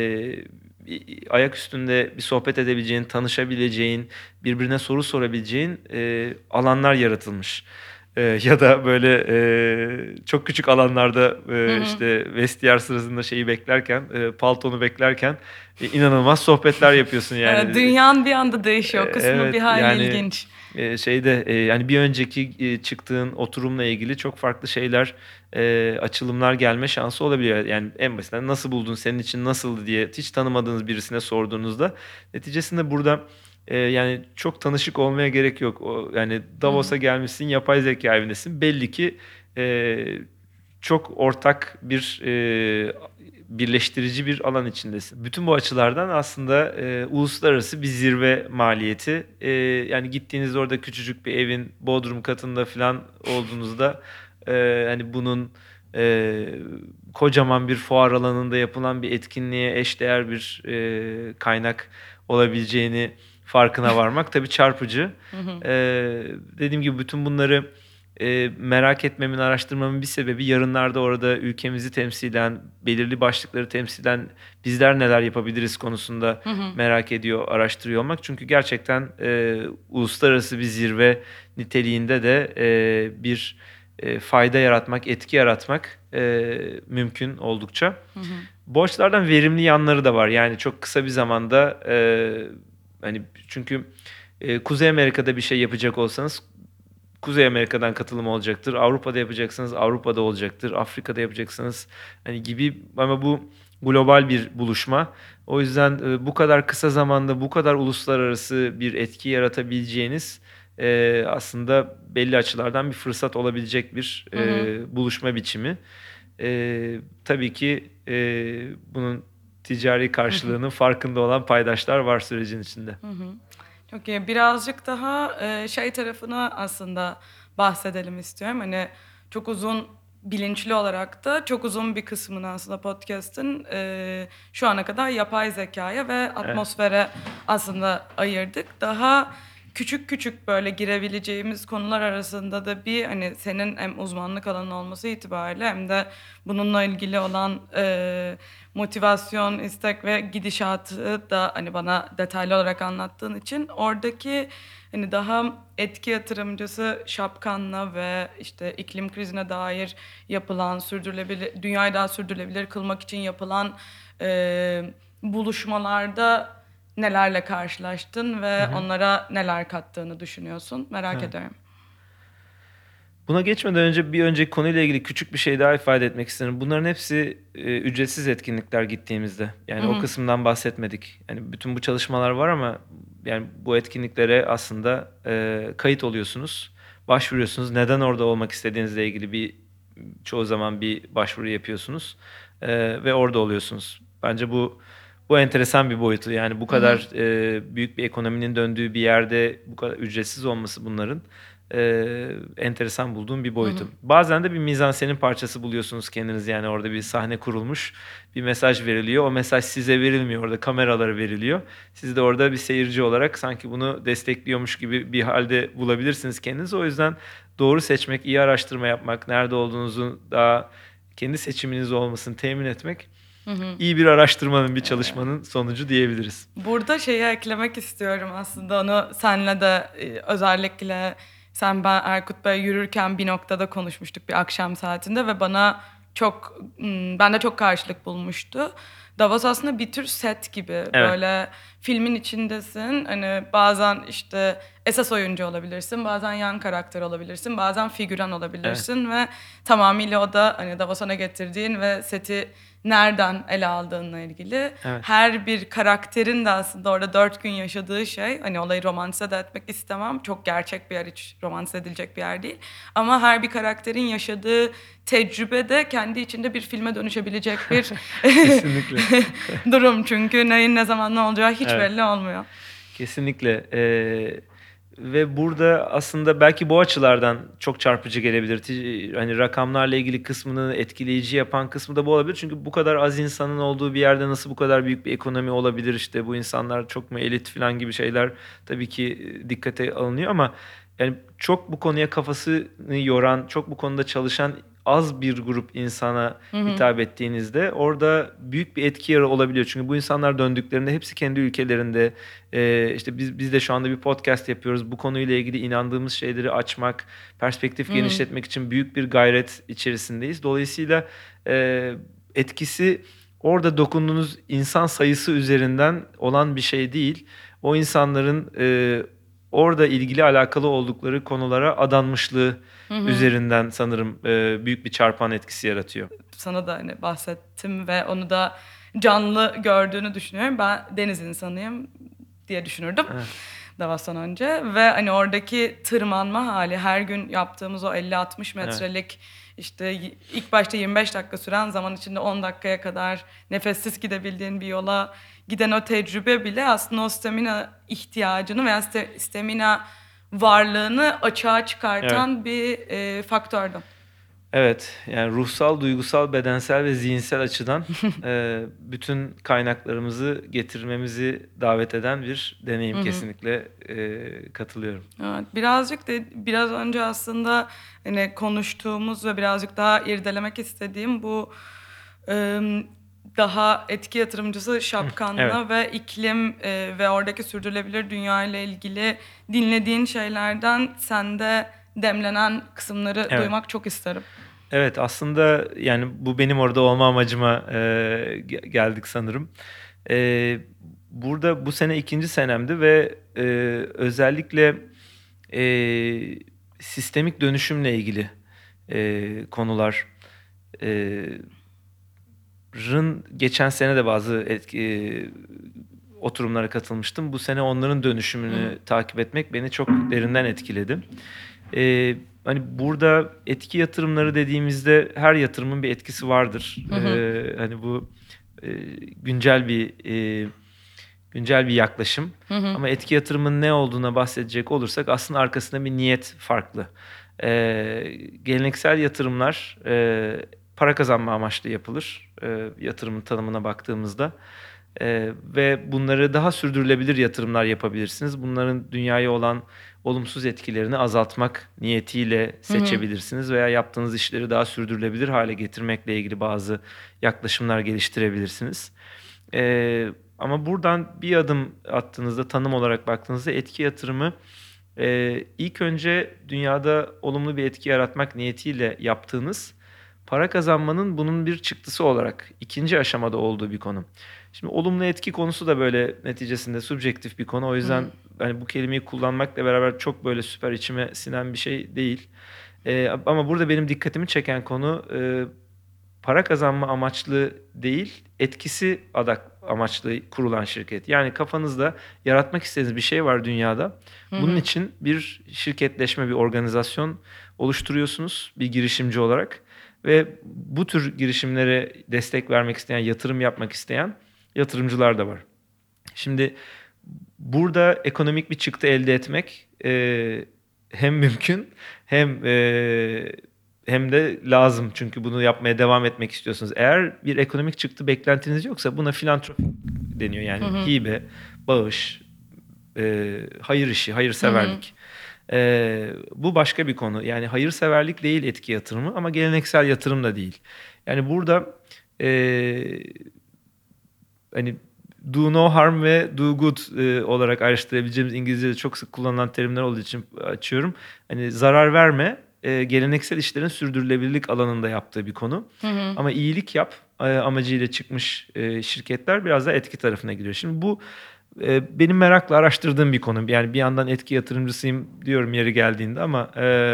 ayak üstünde bir sohbet edebileceğin, tanışabileceğin, birbirine soru sorabileceğin alanlar yaratılmış. Ya da böyle çok küçük alanlarda Hı hı. işte vestiyer sırasında şeyi beklerken, paltonu beklerken inanılmaz sohbetler yapıyorsun Evet, yani. dünyan bir anda değişiyor. O kısmı bir Evet, hayli yani ilginç. şeyde yani bir önceki çıktığın oturumla ilgili çok farklı şeyler, açılımlar gelme şansı olabiliyor. Yani en basitinden nasıl buldun, senin için nasıldı diye hiç tanımadığınız birisine sorduğunuzda neticesinde burada yani çok tanışık olmaya gerek yok. Yani Hı hı. Davos'a gelmişsin, yapay zeka evindesin. Belli ki çok ortak bir birleştirici bir alan içindesin. Bütün bu açılardan aslında uluslararası bir zirve maliyeti. Yani gittiğinizde orada küçücük bir evin bodrum katında falan olduğunuzda hani bunun eee, kocaman bir fuar alanında yapılan bir etkinliğe eşdeğer bir kaynak olabileceğini farkına varmak tabii çarpıcı. Hı hı. Dediğim gibi bütün bunları merak etmemin, araştırmamın bir sebebi yarınlarda orada ülkemizi temsilen, belirli başlıkları temsilen bizler neler yapabiliriz konusunda Hı hı. merak ediyor, araştırıyor olmak. Çünkü gerçekten uluslararası bir zirve niteliğinde de bir fayda yaratmak, etki yaratmak mümkün oldukça. Hı hı. Bu açılardan verimli yanları da var. Yani çok kısa bir zamanda hani çünkü Kuzey Amerika'da bir şey yapacak olsanız Kuzey Amerika'dan katılım olacaktır. Avrupa'da yapacaksınız, Avrupa'da olacaktır. Afrika'da yapacaksınız hani gibi ama bu global bir buluşma. O yüzden bu kadar kısa zamanda bu kadar uluslararası bir etki yaratabileceğiniz aslında belli açılardan bir fırsat olabilecek bir Hı hı. buluşma biçimi. Tabii ki bunun ticari Hı hı. karşılığının farkında olan paydaşlar var sürecin içinde. Hı hı. Çok iyi. Birazcık daha şey tarafına aslında bahsedelim istiyorum. Hani çok uzun bilinçli olarak da çok uzun bir kısmını aslında podcast'ın şu ana kadar yapay zekaya ve Evet. atmosfere aslında ayırdık. Daha küçük küçük böyle girebileceğimiz konular arasında da bir hani senin hem uzmanlık alanı olması itibariyle hem de bununla ilgili olan motivasyon, istek ve gidişatı da hani bana detaylı olarak anlattığın için oradaki hani daha etki yatırımcısı şapkanla ve işte iklim krizine dair yapılan sürdürülebilir, dünyayı daha sürdürülebilir kılmak için yapılan buluşmalarda nelerle karşılaştın Hı ve hı. onlara neler kattığını düşünüyorsun? Merak Evet. ediyorum. Buna geçmeden önce bir önceki konuyla ilgili küçük bir şey daha ifade etmek isterim. Bunların hepsi ücretsiz etkinlikler gittiğimizde. Hı Yani o hı. kısımdan bahsetmedik. Yani bütün bu çalışmalar var ama yani bu etkinliklere aslında kayıt oluyorsunuz, başvuruyorsunuz. Neden orada olmak istediğinizle ilgili çoğu zaman bir başvuru yapıyorsunuz ve orada oluyorsunuz. Bence bu enteresan bir boyutu. Yani bu Hı hı. kadar büyük bir ekonominin döndüğü bir yerde bu kadar ücretsiz olması bunların enteresan bulduğum bir Hı hı. boyutu. Bazen de bir mizansenin parçası buluyorsunuz kendiniz. Yani orada bir sahne kurulmuş, bir mesaj veriliyor. O mesaj size verilmiyor, orada kameralara veriliyor. Siz de orada bir seyirci olarak sanki bunu destekliyormuş gibi bir halde bulabilirsiniz kendinizi. O yüzden doğru seçmek, iyi araştırma yapmak, nerede olduğunuzu daha kendi seçiminiz olmasını temin etmek Hı hı. iyi bir araştırmanın, bir çalışmanın sonucu diyebiliriz. Burada şeyi eklemek istiyorum aslında onu senle de özellikle sen ben Erkut Bey yürürken bir noktada konuşmuştuk bir akşam saatinde ve bana çok bende çok karşılık bulmuştu. Davos aslında bir tür set gibi. Evet. Böyle filmin içindesin. Hani bazen işte esas oyuncu olabilirsin, bazen yan karakter olabilirsin, bazen figüran olabilirsin ve tamamıyla o da hani Davos'a ne getirdiğin ve seti nereden ele aldığınla ilgili. Evet. Her bir karakterin de aslında orada 4 gün yaşadığı şey, hani olayı romantize de etmek istemem. Çok gerçek bir yer, hiç romantize edilecek bir yer değil. Ama her bir karakterin yaşadığı tecrübe de kendi içinde bir filme dönüşebilecek bir Kesinlikle. durum. Çünkü neyin ne zaman ne olacağı hiç Evet. belli olmuyor. Kesinlikle. Ve burada aslında belki bu açılardan çok çarpıcı gelebilir. Hani rakamlarla ilgili kısmını etkileyici yapan kısmı da bu olabilir. Çünkü bu kadar az insanın olduğu bir yerde nasıl bu kadar büyük bir ekonomi olabilir? İşte bu insanlar çok mu elit falan gibi şeyler tabii ki dikkate alınıyor ama yani çok bu konuya kafasını yoran, çok bu konuda çalışan az bir grup insana hitap ettiğinizde orada büyük bir etki olabiliyor. Çünkü bu insanlar döndüklerinde hepsi kendi ülkelerinde. İşte biz de şu anda bir podcast yapıyoruz. Bu konuyla ilgili inandığımız şeyleri açmak, perspektif genişletmek için büyük bir gayret içerisindeyiz. Dolayısıyla etkisi orada dokunduğunuz insan sayısı üzerinden olan bir şey değil. O insanların orada ilgili alakalı oldukları konulara adanmışlığı üzerinden sanırım büyük bir çarpan etkisi yaratıyor. Sana da hani bahsettim ve onu da canlı gördüğünü düşünüyorum. Ben deniz insanıyım diye düşünürdüm. Evet. Davos'tan önce ve hani oradaki tırmanma hali, her gün yaptığımız o 50-60 metrelik işte ilk başta 25 dakika süren, zaman içinde 10 dakikaya kadar nefessiz gidebildiğin bir yola giden o tecrübe bile aslında o stamina ihtiyacını veya stamina varlığını açığa çıkartan bir faktördü. Evet, yani ruhsal, duygusal, bedensel ve zihinsel açıdan bütün kaynaklarımızı getirmemizi davet eden bir deneyim. Kesinlikle katılıyorum. Evet, birazcık da biraz önce aslında hani konuştuğumuz ve birazcık daha irdelemek istediğim bu daha etki yatırımcısı şapkanla Evet. ve iklim ve oradaki sürdürülebilir dünya ile ilgili dinlediğin şeylerden sende demlenen kısımları Evet. duymak çok isterim. Evet, aslında yani bu benim orada olma amacıma geldik sanırım. Burada bu sene 2. senemdi ve özellikle sistemik dönüşümle ilgili konular geçen sene de bazı oturumlara katılmıştım. Bu sene onların dönüşümünü takip etmek beni çok derinden etkiledi. Hani burada etki yatırımları dediğimizde her yatırımın bir etkisi vardır. Hani bu güncel bir yaklaşım. Ama etki yatırımının ne olduğuna bahsedecek olursak aslında arkasında bir niyet farklı. Geleneksel yatırımlar para kazanma amaçlı yapılır. Yatırımın tanımına baktığımızda. Ve bunları daha sürdürülebilir yatırımlar yapabilirsiniz. Bunların dünyaya olan olumsuz etkilerini azaltmak niyetiyle seçebilirsiniz veya yaptığınız işleri daha sürdürülebilir hale getirmekle ilgili bazı yaklaşımlar geliştirebilirsiniz. Ama buradan bir adım attığınızda, tanım olarak baktığınızda etki yatırımı ilk önce dünyada olumlu bir etki yaratmak niyetiyle yaptığınız, para kazanmanın bunun bir çıktısı olarak ikinci aşamada olduğu bir konu. Şimdi olumlu etki konusu da böyle neticesinde subjektif bir konu. O yüzden hani bu kelimeyi kullanmakla beraber çok böyle süper içime sinen bir şey değil. Ama burada benim dikkatimi çeken konu para kazanma amaçlı değil, etkisi amaçlı kurulan şirket. Yani kafanızda yaratmak istediğiniz bir şey var dünyada. Bunun için bir şirketleşme, bir organizasyon oluşturuyorsunuz bir girişimci olarak. Ve bu tür girişimlere destek vermek isteyen, yatırım yapmak isteyen yatırımcılar da var. Şimdi burada ekonomik bir çıktı elde etmek hem mümkün hem de lazım. Çünkü bunu yapmaya devam etmek istiyorsunuz. Eğer bir ekonomik çıktı beklentiniz yoksa buna filantropi deniyor. Yani hibe, bağış, hayır işi, hayırseverlik. Bu başka bir konu. Yani hayırseverlik değil etki yatırımı ama geleneksel yatırım da değil. Yani burada hani do no harm ve do good olarak ayrıştırabileceğimiz İngilizce'de çok sık kullanılan terimler olduğu için açıyorum. Hani zarar verme geleneksel işlerin sürdürülebilirlik alanında yaptığı bir konu. Ama iyilik yap amacıyla çıkmış şirketler biraz daha etki tarafına giriyor. Şimdi bu benim merakla araştırdığım bir konu. Yani bir yandan etki yatırımcısıyım diyorum yeri geldiğinde ama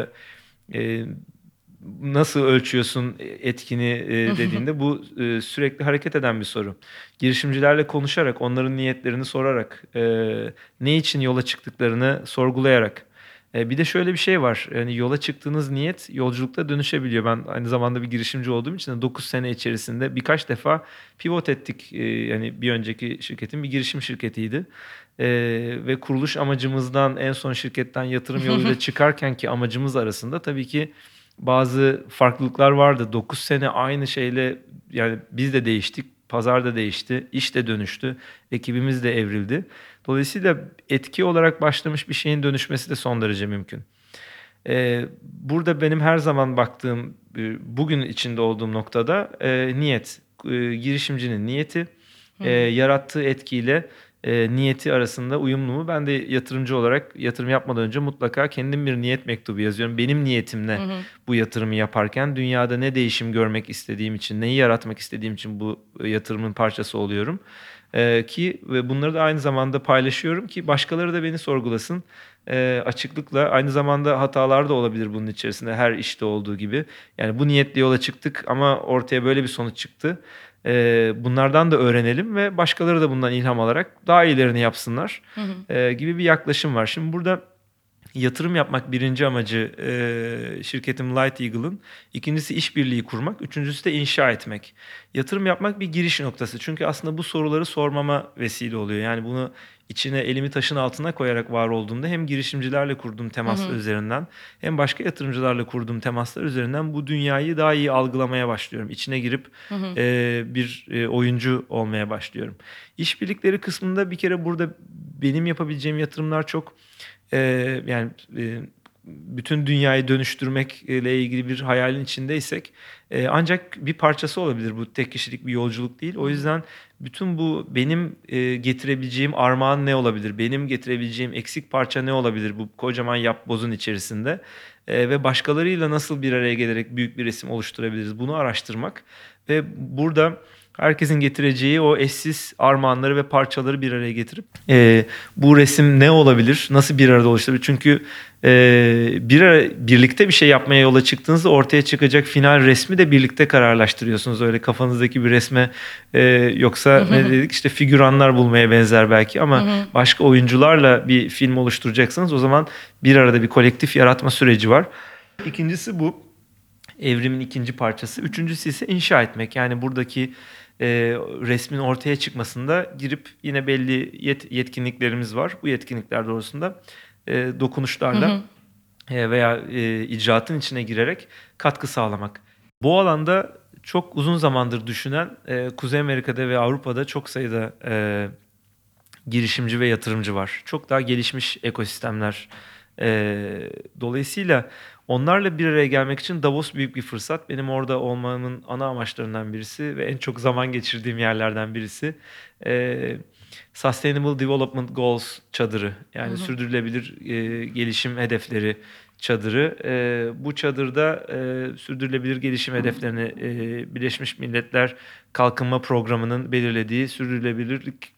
e, nasıl ölçüyorsun etkini dediğinde bu sürekli hareket eden bir soru. Girişimcilerle konuşarak, onların niyetlerini sorarak, ne için yola çıktıklarını sorgulayarak. Bir de şöyle bir şey var. Yani yola çıktığınız niyet yolculukta dönüşebiliyor. Ben aynı zamanda bir girişimci olduğum için de 9 sene içerisinde birkaç defa pivot ettik. Yani bir önceki şirketim bir girişim şirketiydi. Ve kuruluş amacımızdan en son şirketten yatırım yoluyla çıkarken ki amacımız arasında tabii ki bazı farklılıklar vardı. 9 sene aynı şeyle yani biz de değiştik, pazar da değişti, iş de dönüştü, ekibimiz de evrildi. Dolayısıyla etki olarak başlamış bir şeyin dönüşmesi de son derece mümkün. Burada benim her zaman baktığım, bugün içinde olduğum noktada niyet, girişimcinin niyeti, yarattığı etkiyle niyeti arasında uyumlu mu? Ben de yatırımcı olarak yatırım yapmadan önce mutlaka kendim bir niyet mektubu yazıyorum. Benim niyetim ne bu yatırımı yaparken? Dünyada ne değişim görmek istediğim için, neyi yaratmak istediğim için bu yatırımın parçası oluyorum. Ki ve bunları da aynı zamanda paylaşıyorum ki başkaları da beni sorgulasın. Açıklıkla aynı zamanda hatalar da olabilir bunun içerisinde her işte olduğu gibi. Yani bu niyetle yola çıktık ama ortaya böyle bir sonuç çıktı. Bunlardan da öğrenelim ve başkaları da bundan ilham alarak daha iyilerini yapsınlar gibi bir yaklaşım var. Şimdi burada yatırım yapmak birinci amacı şirketim Light Eagle'ın. İkincisi işbirliği kurmak. Üçüncüsü de inşa etmek. Yatırım yapmak bir giriş noktası. Çünkü aslında bu soruları sormama vesile oluyor. Yani bunu içine elimi taşın altına koyarak var olduğumda hem girişimcilerle kurduğum temaslar üzerinden hem başka yatırımcılarla kurduğum temaslar üzerinden bu dünyayı daha iyi algılamaya başlıyorum. İçine girip bir oyuncu olmaya başlıyorum. İşbirlikleri kısmında bir kere burada benim yapabileceğim yatırımlar çok yani bütün dünyayı dönüştürmekle ilgili bir hayalin içindeysek ancak bir parçası olabilir. Bu tek kişilik bir yolculuk değil. O yüzden bütün bu benim getirebileceğim armağan ne olabilir? Benim getirebileceğim eksik parça ne olabilir bu kocaman yapbozun içerisinde? Ve başkalarıyla nasıl bir araya gelerek büyük bir resim oluşturabiliriz? Bunu araştırmak ve burada herkesin getireceği o eşsiz armağanları ve parçaları bir araya getirip bu resim ne olabilir? Nasıl bir arada oluşturabilir? Çünkü birlikte bir şey yapmaya yola çıktığınızda ortaya çıkacak final resmi de birlikte kararlaştırıyorsunuz. Öyle kafanızdaki bir resme yoksa ne dedik işte figüranlar bulmaya benzer belki ama başka oyuncularla bir film oluşturacaksınız. O zaman bir arada bir kolektif yaratma süreci var. İkincisi bu. Evrimin ikinci parçası. Üçüncüsü ise inşa etmek. Yani buradaki resmin ortaya çıkmasında girip yine belli yetkinliklerimiz var. Bu yetkinlikler doğrusunda dokunuşlarla veya icraatın içine girerek katkı sağlamak. Bu alanda çok uzun zamandır düşünen Kuzey Amerika'da ve Avrupa'da çok sayıda girişimci ve yatırımcı var. Çok daha gelişmiş ekosistemler. Dolayısıyla onlarla bir araya gelmek için Davos büyük bir fırsat. Benim orada olmamın ana amaçlarından birisi ve en çok zaman geçirdiğim yerlerden birisi. Sustainable Development Goals çadırı. Yani sürdürülebilir gelişim hedefleri çadırı. Bu çadırda sürdürülebilir gelişim hedeflerini Birleşmiş Milletler Kalkınma Programı'nın belirlediği sürdürülebilirlik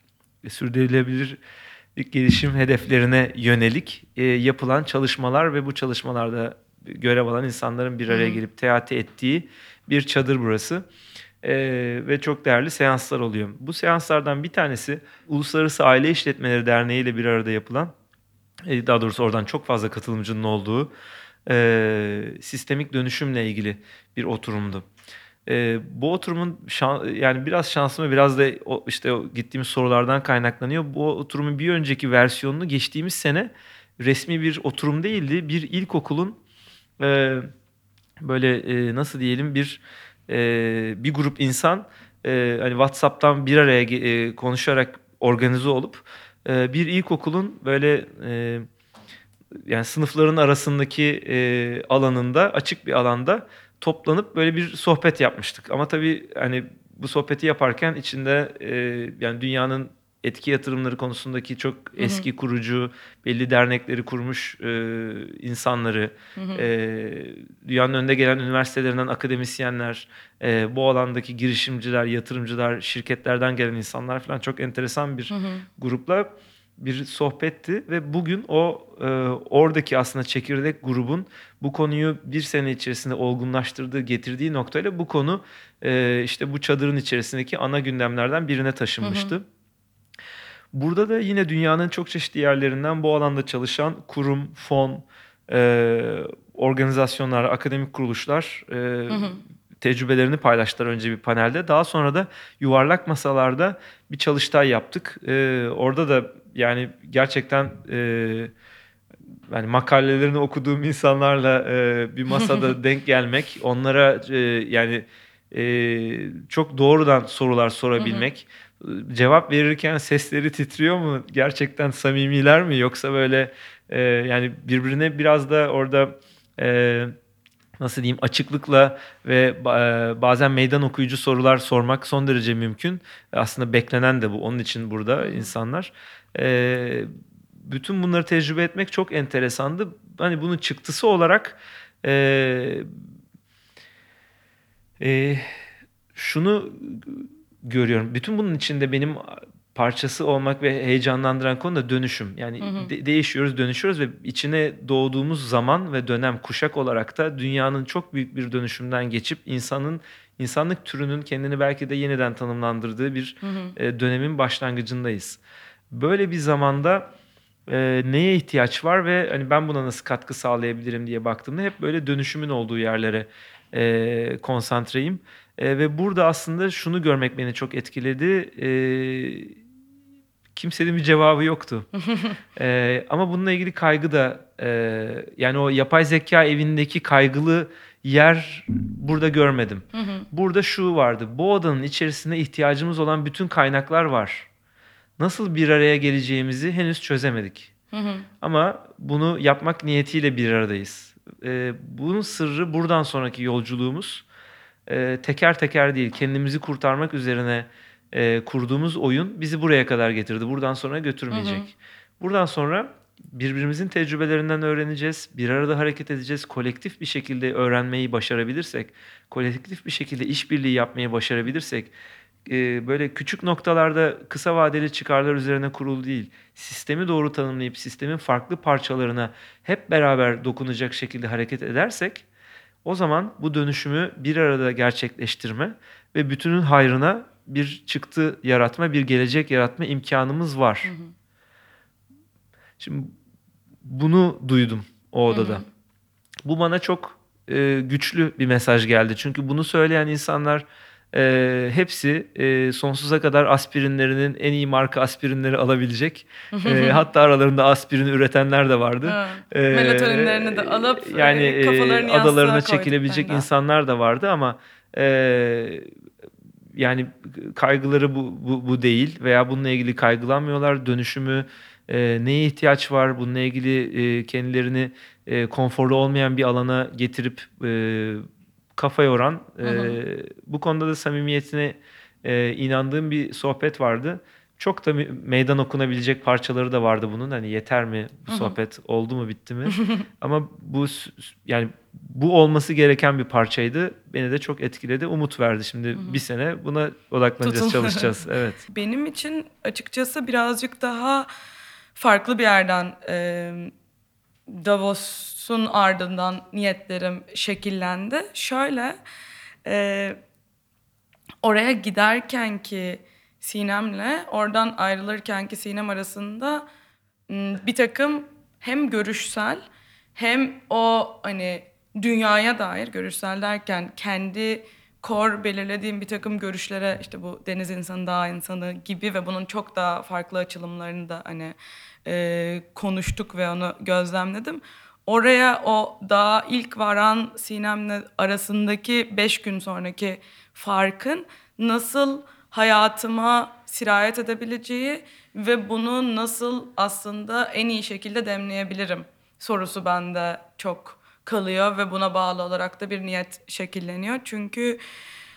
gelişim hedeflerine yönelik yapılan çalışmalar ve bu çalışmalarda görev alan insanların bir araya gelip teati ettiği bir çadır burası. Ve çok değerli seanslar oluyor. Bu seanslardan bir tanesi Uluslararası Aile İşletmeleri Derneği ile bir arada yapılan, daha doğrusu oradan çok fazla katılımcının olduğu sistemik dönüşümle ilgili bir oturumdu. Bu oturumun yani biraz şansım ve biraz da işte gittiğimiz sorulardan kaynaklanıyor. Bu oturumun bir önceki versiyonunu geçtiğimiz sene resmi bir oturum değildi. Bir ilkokulun böyle nasıl diyelim bir grup insan hani WhatsApp'tan bir araya konuşarak organize olup bir ilkokulun böyle yani sınıfların arasındaki alanında açık bir alanda toplanıp böyle bir sohbet yapmıştık. Ama tabii hani bu sohbeti yaparken içinde yani dünyanın etki yatırımları konusundaki çok Hı hı. eski kurucu, belli dernekleri kurmuş insanları, Hı hı. dünyanın önde gelen üniversitelerinden akademisyenler, bu alandaki girişimciler, yatırımcılar, şirketlerden gelen insanlar falan çok enteresan bir Hı hı. grupla bir sohbetti ve bugün oradaki aslında çekirdek grubun bu konuyu bir sene içerisinde olgunlaştırdığı, getirdiği noktayla bu konu işte bu çadırın içerisindeki ana gündemlerden birine Hı hı. taşınmıştı. Burada da yine dünyanın çok çeşitli yerlerinden bu alanda çalışan kurum, fon, organizasyonlar, akademik kuruluşlar Hı hı. tecrübelerini paylaştılar önce bir panelde. Daha sonra da yuvarlak masalarda bir çalıştay yaptık. Orada da yani gerçekten yani makalelerini okuduğum insanlarla bir masada denk gelmek, onlara yani çok doğrudan sorular Hı hı. sorabilmek, cevap verirken sesleri titriyor mu, gerçekten samimiler mi yoksa böyle yani birbirine biraz da orada e, nasıl diyeyim açıklıkla ve bazen meydan okuyucu sorular sormak son derece mümkün. Aslında beklenen de bu. Onun için Hı burada hı. insanlar. Bütün bunları tecrübe etmek çok enteresandı. Hani bunun çıktısı olarak e, e, şunu görüyorum. Bütün bunun içinde benim parçası olmak ve heyecanlandıran konu da dönüşüm. Yani Hı hı. değişiyoruz, dönüşüyoruz ve içine doğduğumuz zaman ve dönem kuşak olarak da dünyanın çok büyük bir dönüşümden geçip insanlık türünün kendini belki de yeniden tanımlandırdığı bir Hı hı. dönemin başlangıcındayız. Böyle bir zamanda neye ihtiyaç var ve hani ben buna nasıl katkı sağlayabilirim diye baktığımda hep böyle dönüşümün olduğu yerlere konsantreyim. Ve burada aslında şunu görmek beni çok etkiledi. Kimsenin bir cevabı yoktu. Ama bununla ilgili kaygı da yani o yapay zeka evindeki kaygılı yer burada görmedim. Hı hı. Burada şu vardı. Bu odanın içerisinde ihtiyacımız olan bütün kaynaklar var. Nasıl bir araya geleceğimizi henüz çözemedik. Hı hı. Ama bunu yapmak niyetiyle bir aradayız. Bunun sırrı buradan sonraki yolculuğumuz teker teker değil, kendimizi kurtarmak üzerine kurduğumuz oyun bizi buraya kadar getirdi. Buradan sonra Hı hı. götürmeyecek. Buradan sonra birbirimizin tecrübelerinden öğreneceğiz, bir arada hareket edeceğiz. Kolektif bir şekilde öğrenmeyi başarabilirsek, kolektif bir şekilde işbirliği yapmayı başarabilirsek, böyle küçük noktalarda kısa vadeli çıkarlar üzerine kurulu değil, sistemi doğru tanımlayıp sistemin farklı parçalarına hep beraber dokunacak şekilde hareket edersek, o zaman bu dönüşümü bir arada gerçekleştirme ve bütünün hayrına bir çıktı yaratma, bir gelecek yaratma imkanımız Hı var. hı. Şimdi bunu duydum o Hı odada. hı. Bu bana çok güçlü bir mesaj geldi. Çünkü bunu söyleyen insanlar hepsi sonsuza kadar aspirinlerinin en iyi marka aspirinleri alabilecek. Hatta aralarında aspirin üretenler de vardı. Evet. Melatoninlerini de alıp Yani kafalarını adalarına yastığa çekilebilecek koyduklarında. insanlar da vardı ama e, yani kaygıları bu değil veya bununla ilgili kaygılanmıyorlar. Dönüşümü neye ihtiyaç var? Bununla ilgili kendilerini konforlu olmayan bir alana getirip kafa yoran, Hı hı. bu konuda da samimiyetine inandığım bir sohbet vardı. Çok da meydan okunabilecek parçaları da vardı bunun. Hani yeter mi bu Hı hı. sohbet? Oldu mu, bitti mi? Ama yani bu olması gereken bir parçaydı. Beni de çok etkiledi, umut verdi. Şimdi Hı bir hı. sene buna odaklanacağız, Tutun. çalışacağız. Evet. Benim için açıkçası birazcık daha farklı bir yerden Davos'un ardından niyetlerim şekillendi. Şöyle, e, oraya giderken ki Sinem'le oradan ayrılırken ki Sinem arasında bir takım hem görüşsel hem o hani dünyaya dair görüşsel derken kendi core belirlediğim bir takım görüşlere işte bu deniz insanı, dağ insanı gibi ve bunun çok daha farklı açılımlarını da hani konuştuk ve onu gözlemledim. Oraya o daha ilk varan Sinem'le arasındaki 5 gün sonraki farkın nasıl hayatıma sirayet edebileceği ve bunu nasıl aslında en iyi şekilde demleyebilirim sorusu bende çok kalıyor ve buna bağlı olarak da bir niyet şekilleniyor. Çünkü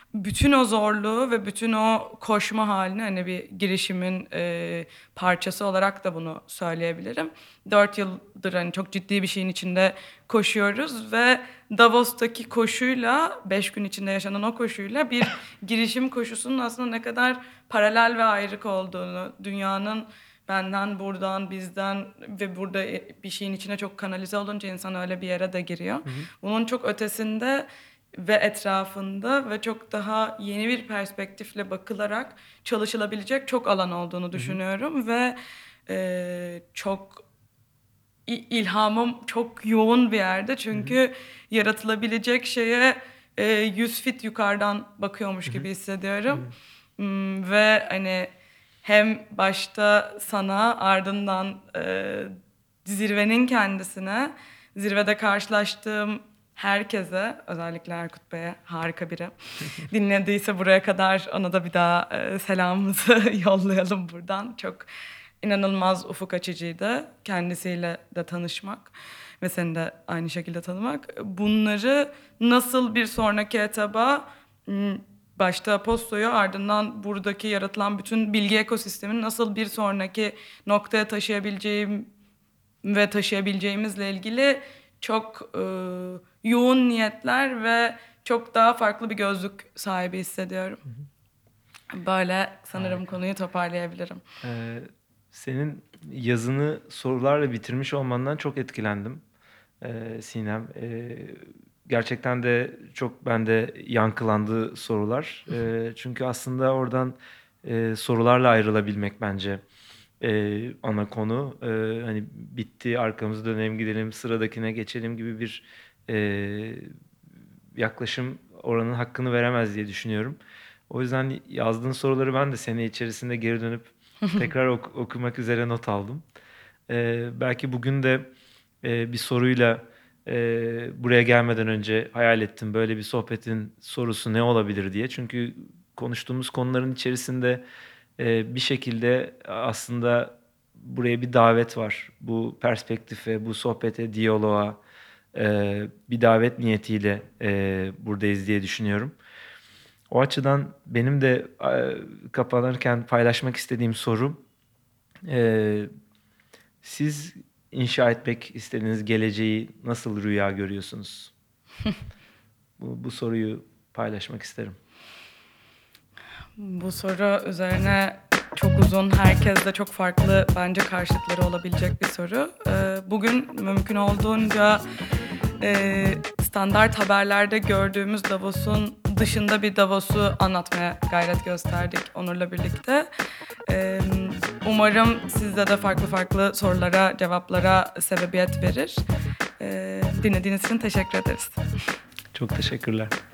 bütün o zorluğu ve bütün o koşma halini hani bir girişimin parçası olarak da bunu söyleyebilirim. 4 yıldır hani çok ciddi bir şeyin içinde koşuyoruz ve Davos'taki koşuyla 5 gün içinde yaşanan o koşuyla bir girişim koşusunun aslında ne kadar paralel ve ayrık olduğunu, dünyanın benden, buradan, bizden ve burada bir şeyin içine çok kanalize olunca insan öyle bir yere de giriyor. Hı hı. Bunun çok ötesinde ve etrafında ve çok daha yeni bir perspektifle bakılarak çalışılabilecek çok alan olduğunu düşünüyorum ve çok ilhamım çok yoğun bir yerde çünkü yaratılabilecek şeye 100 fit yukarıdan bakıyormuş gibi hissediyorum. Ve hani hem başta sana ardından zirvenin kendisine, zirvede karşılaştığım herkese, özellikle Erkut Bey'e harika biri. Dinlediyse buraya kadar ona da bir daha selamımızı yollayalım buradan. Çok inanılmaz ufuk açıcıydı kendisiyle de tanışmak ve seni de aynı şekilde tanımak. Bunları nasıl bir sonraki etaba başta Aposto'yu ardından buradaki yaratılan bütün bilgi ekosistemini nasıl bir sonraki noktaya taşıyabileceğim ve taşıyabileceğimizle ilgili çok yoğun niyetler ve çok daha farklı bir gözlük sahibi hissediyorum. Böyle sanırım Harika. konuyu toparlayabilirim. Senin yazını sorularla bitirmiş olmandan çok etkilendim Sinem. Gerçekten de çok bende yankılandı sorular. Çünkü aslında oradan sorularla ayrılabilmek bence ana konu. Hani bitti, arkamızı dönelim gidelim, sıradakine geçelim gibi bir yaklaşım oranın hakkını veremez diye düşünüyorum. O yüzden yazdığın soruları ben de sene içerisinde geri dönüp tekrar okumak üzere not aldım. Belki bugün de bir soruyla buraya gelmeden önce hayal ettim böyle bir sohbetin sorusu ne olabilir diye. Çünkü konuştuğumuz konuların içerisinde bir şekilde aslında buraya bir davet var. Bu perspektife, bu sohbete, diyaloğa bir davet niyetiyle buradayız diye düşünüyorum. O açıdan benim de kapanırken paylaşmak istediğim soru, siz inşa etmek istediğiniz geleceği nasıl rüya görüyorsunuz? Bu soruyu paylaşmak isterim. Bu soru üzerine çok uzun, herkesle çok farklı bence karşılıkları olabilecek bir soru. Bugün mümkün olduğunca standart haberlerde gördüğümüz Davos'un dışında bir Davos'u anlatmaya gayret gösterdik Onur'la birlikte. Umarım sizde de farklı farklı sorulara, cevaplara sebebiyet verir. Dinlediğiniz için teşekkür ederiz. Çok teşekkürler.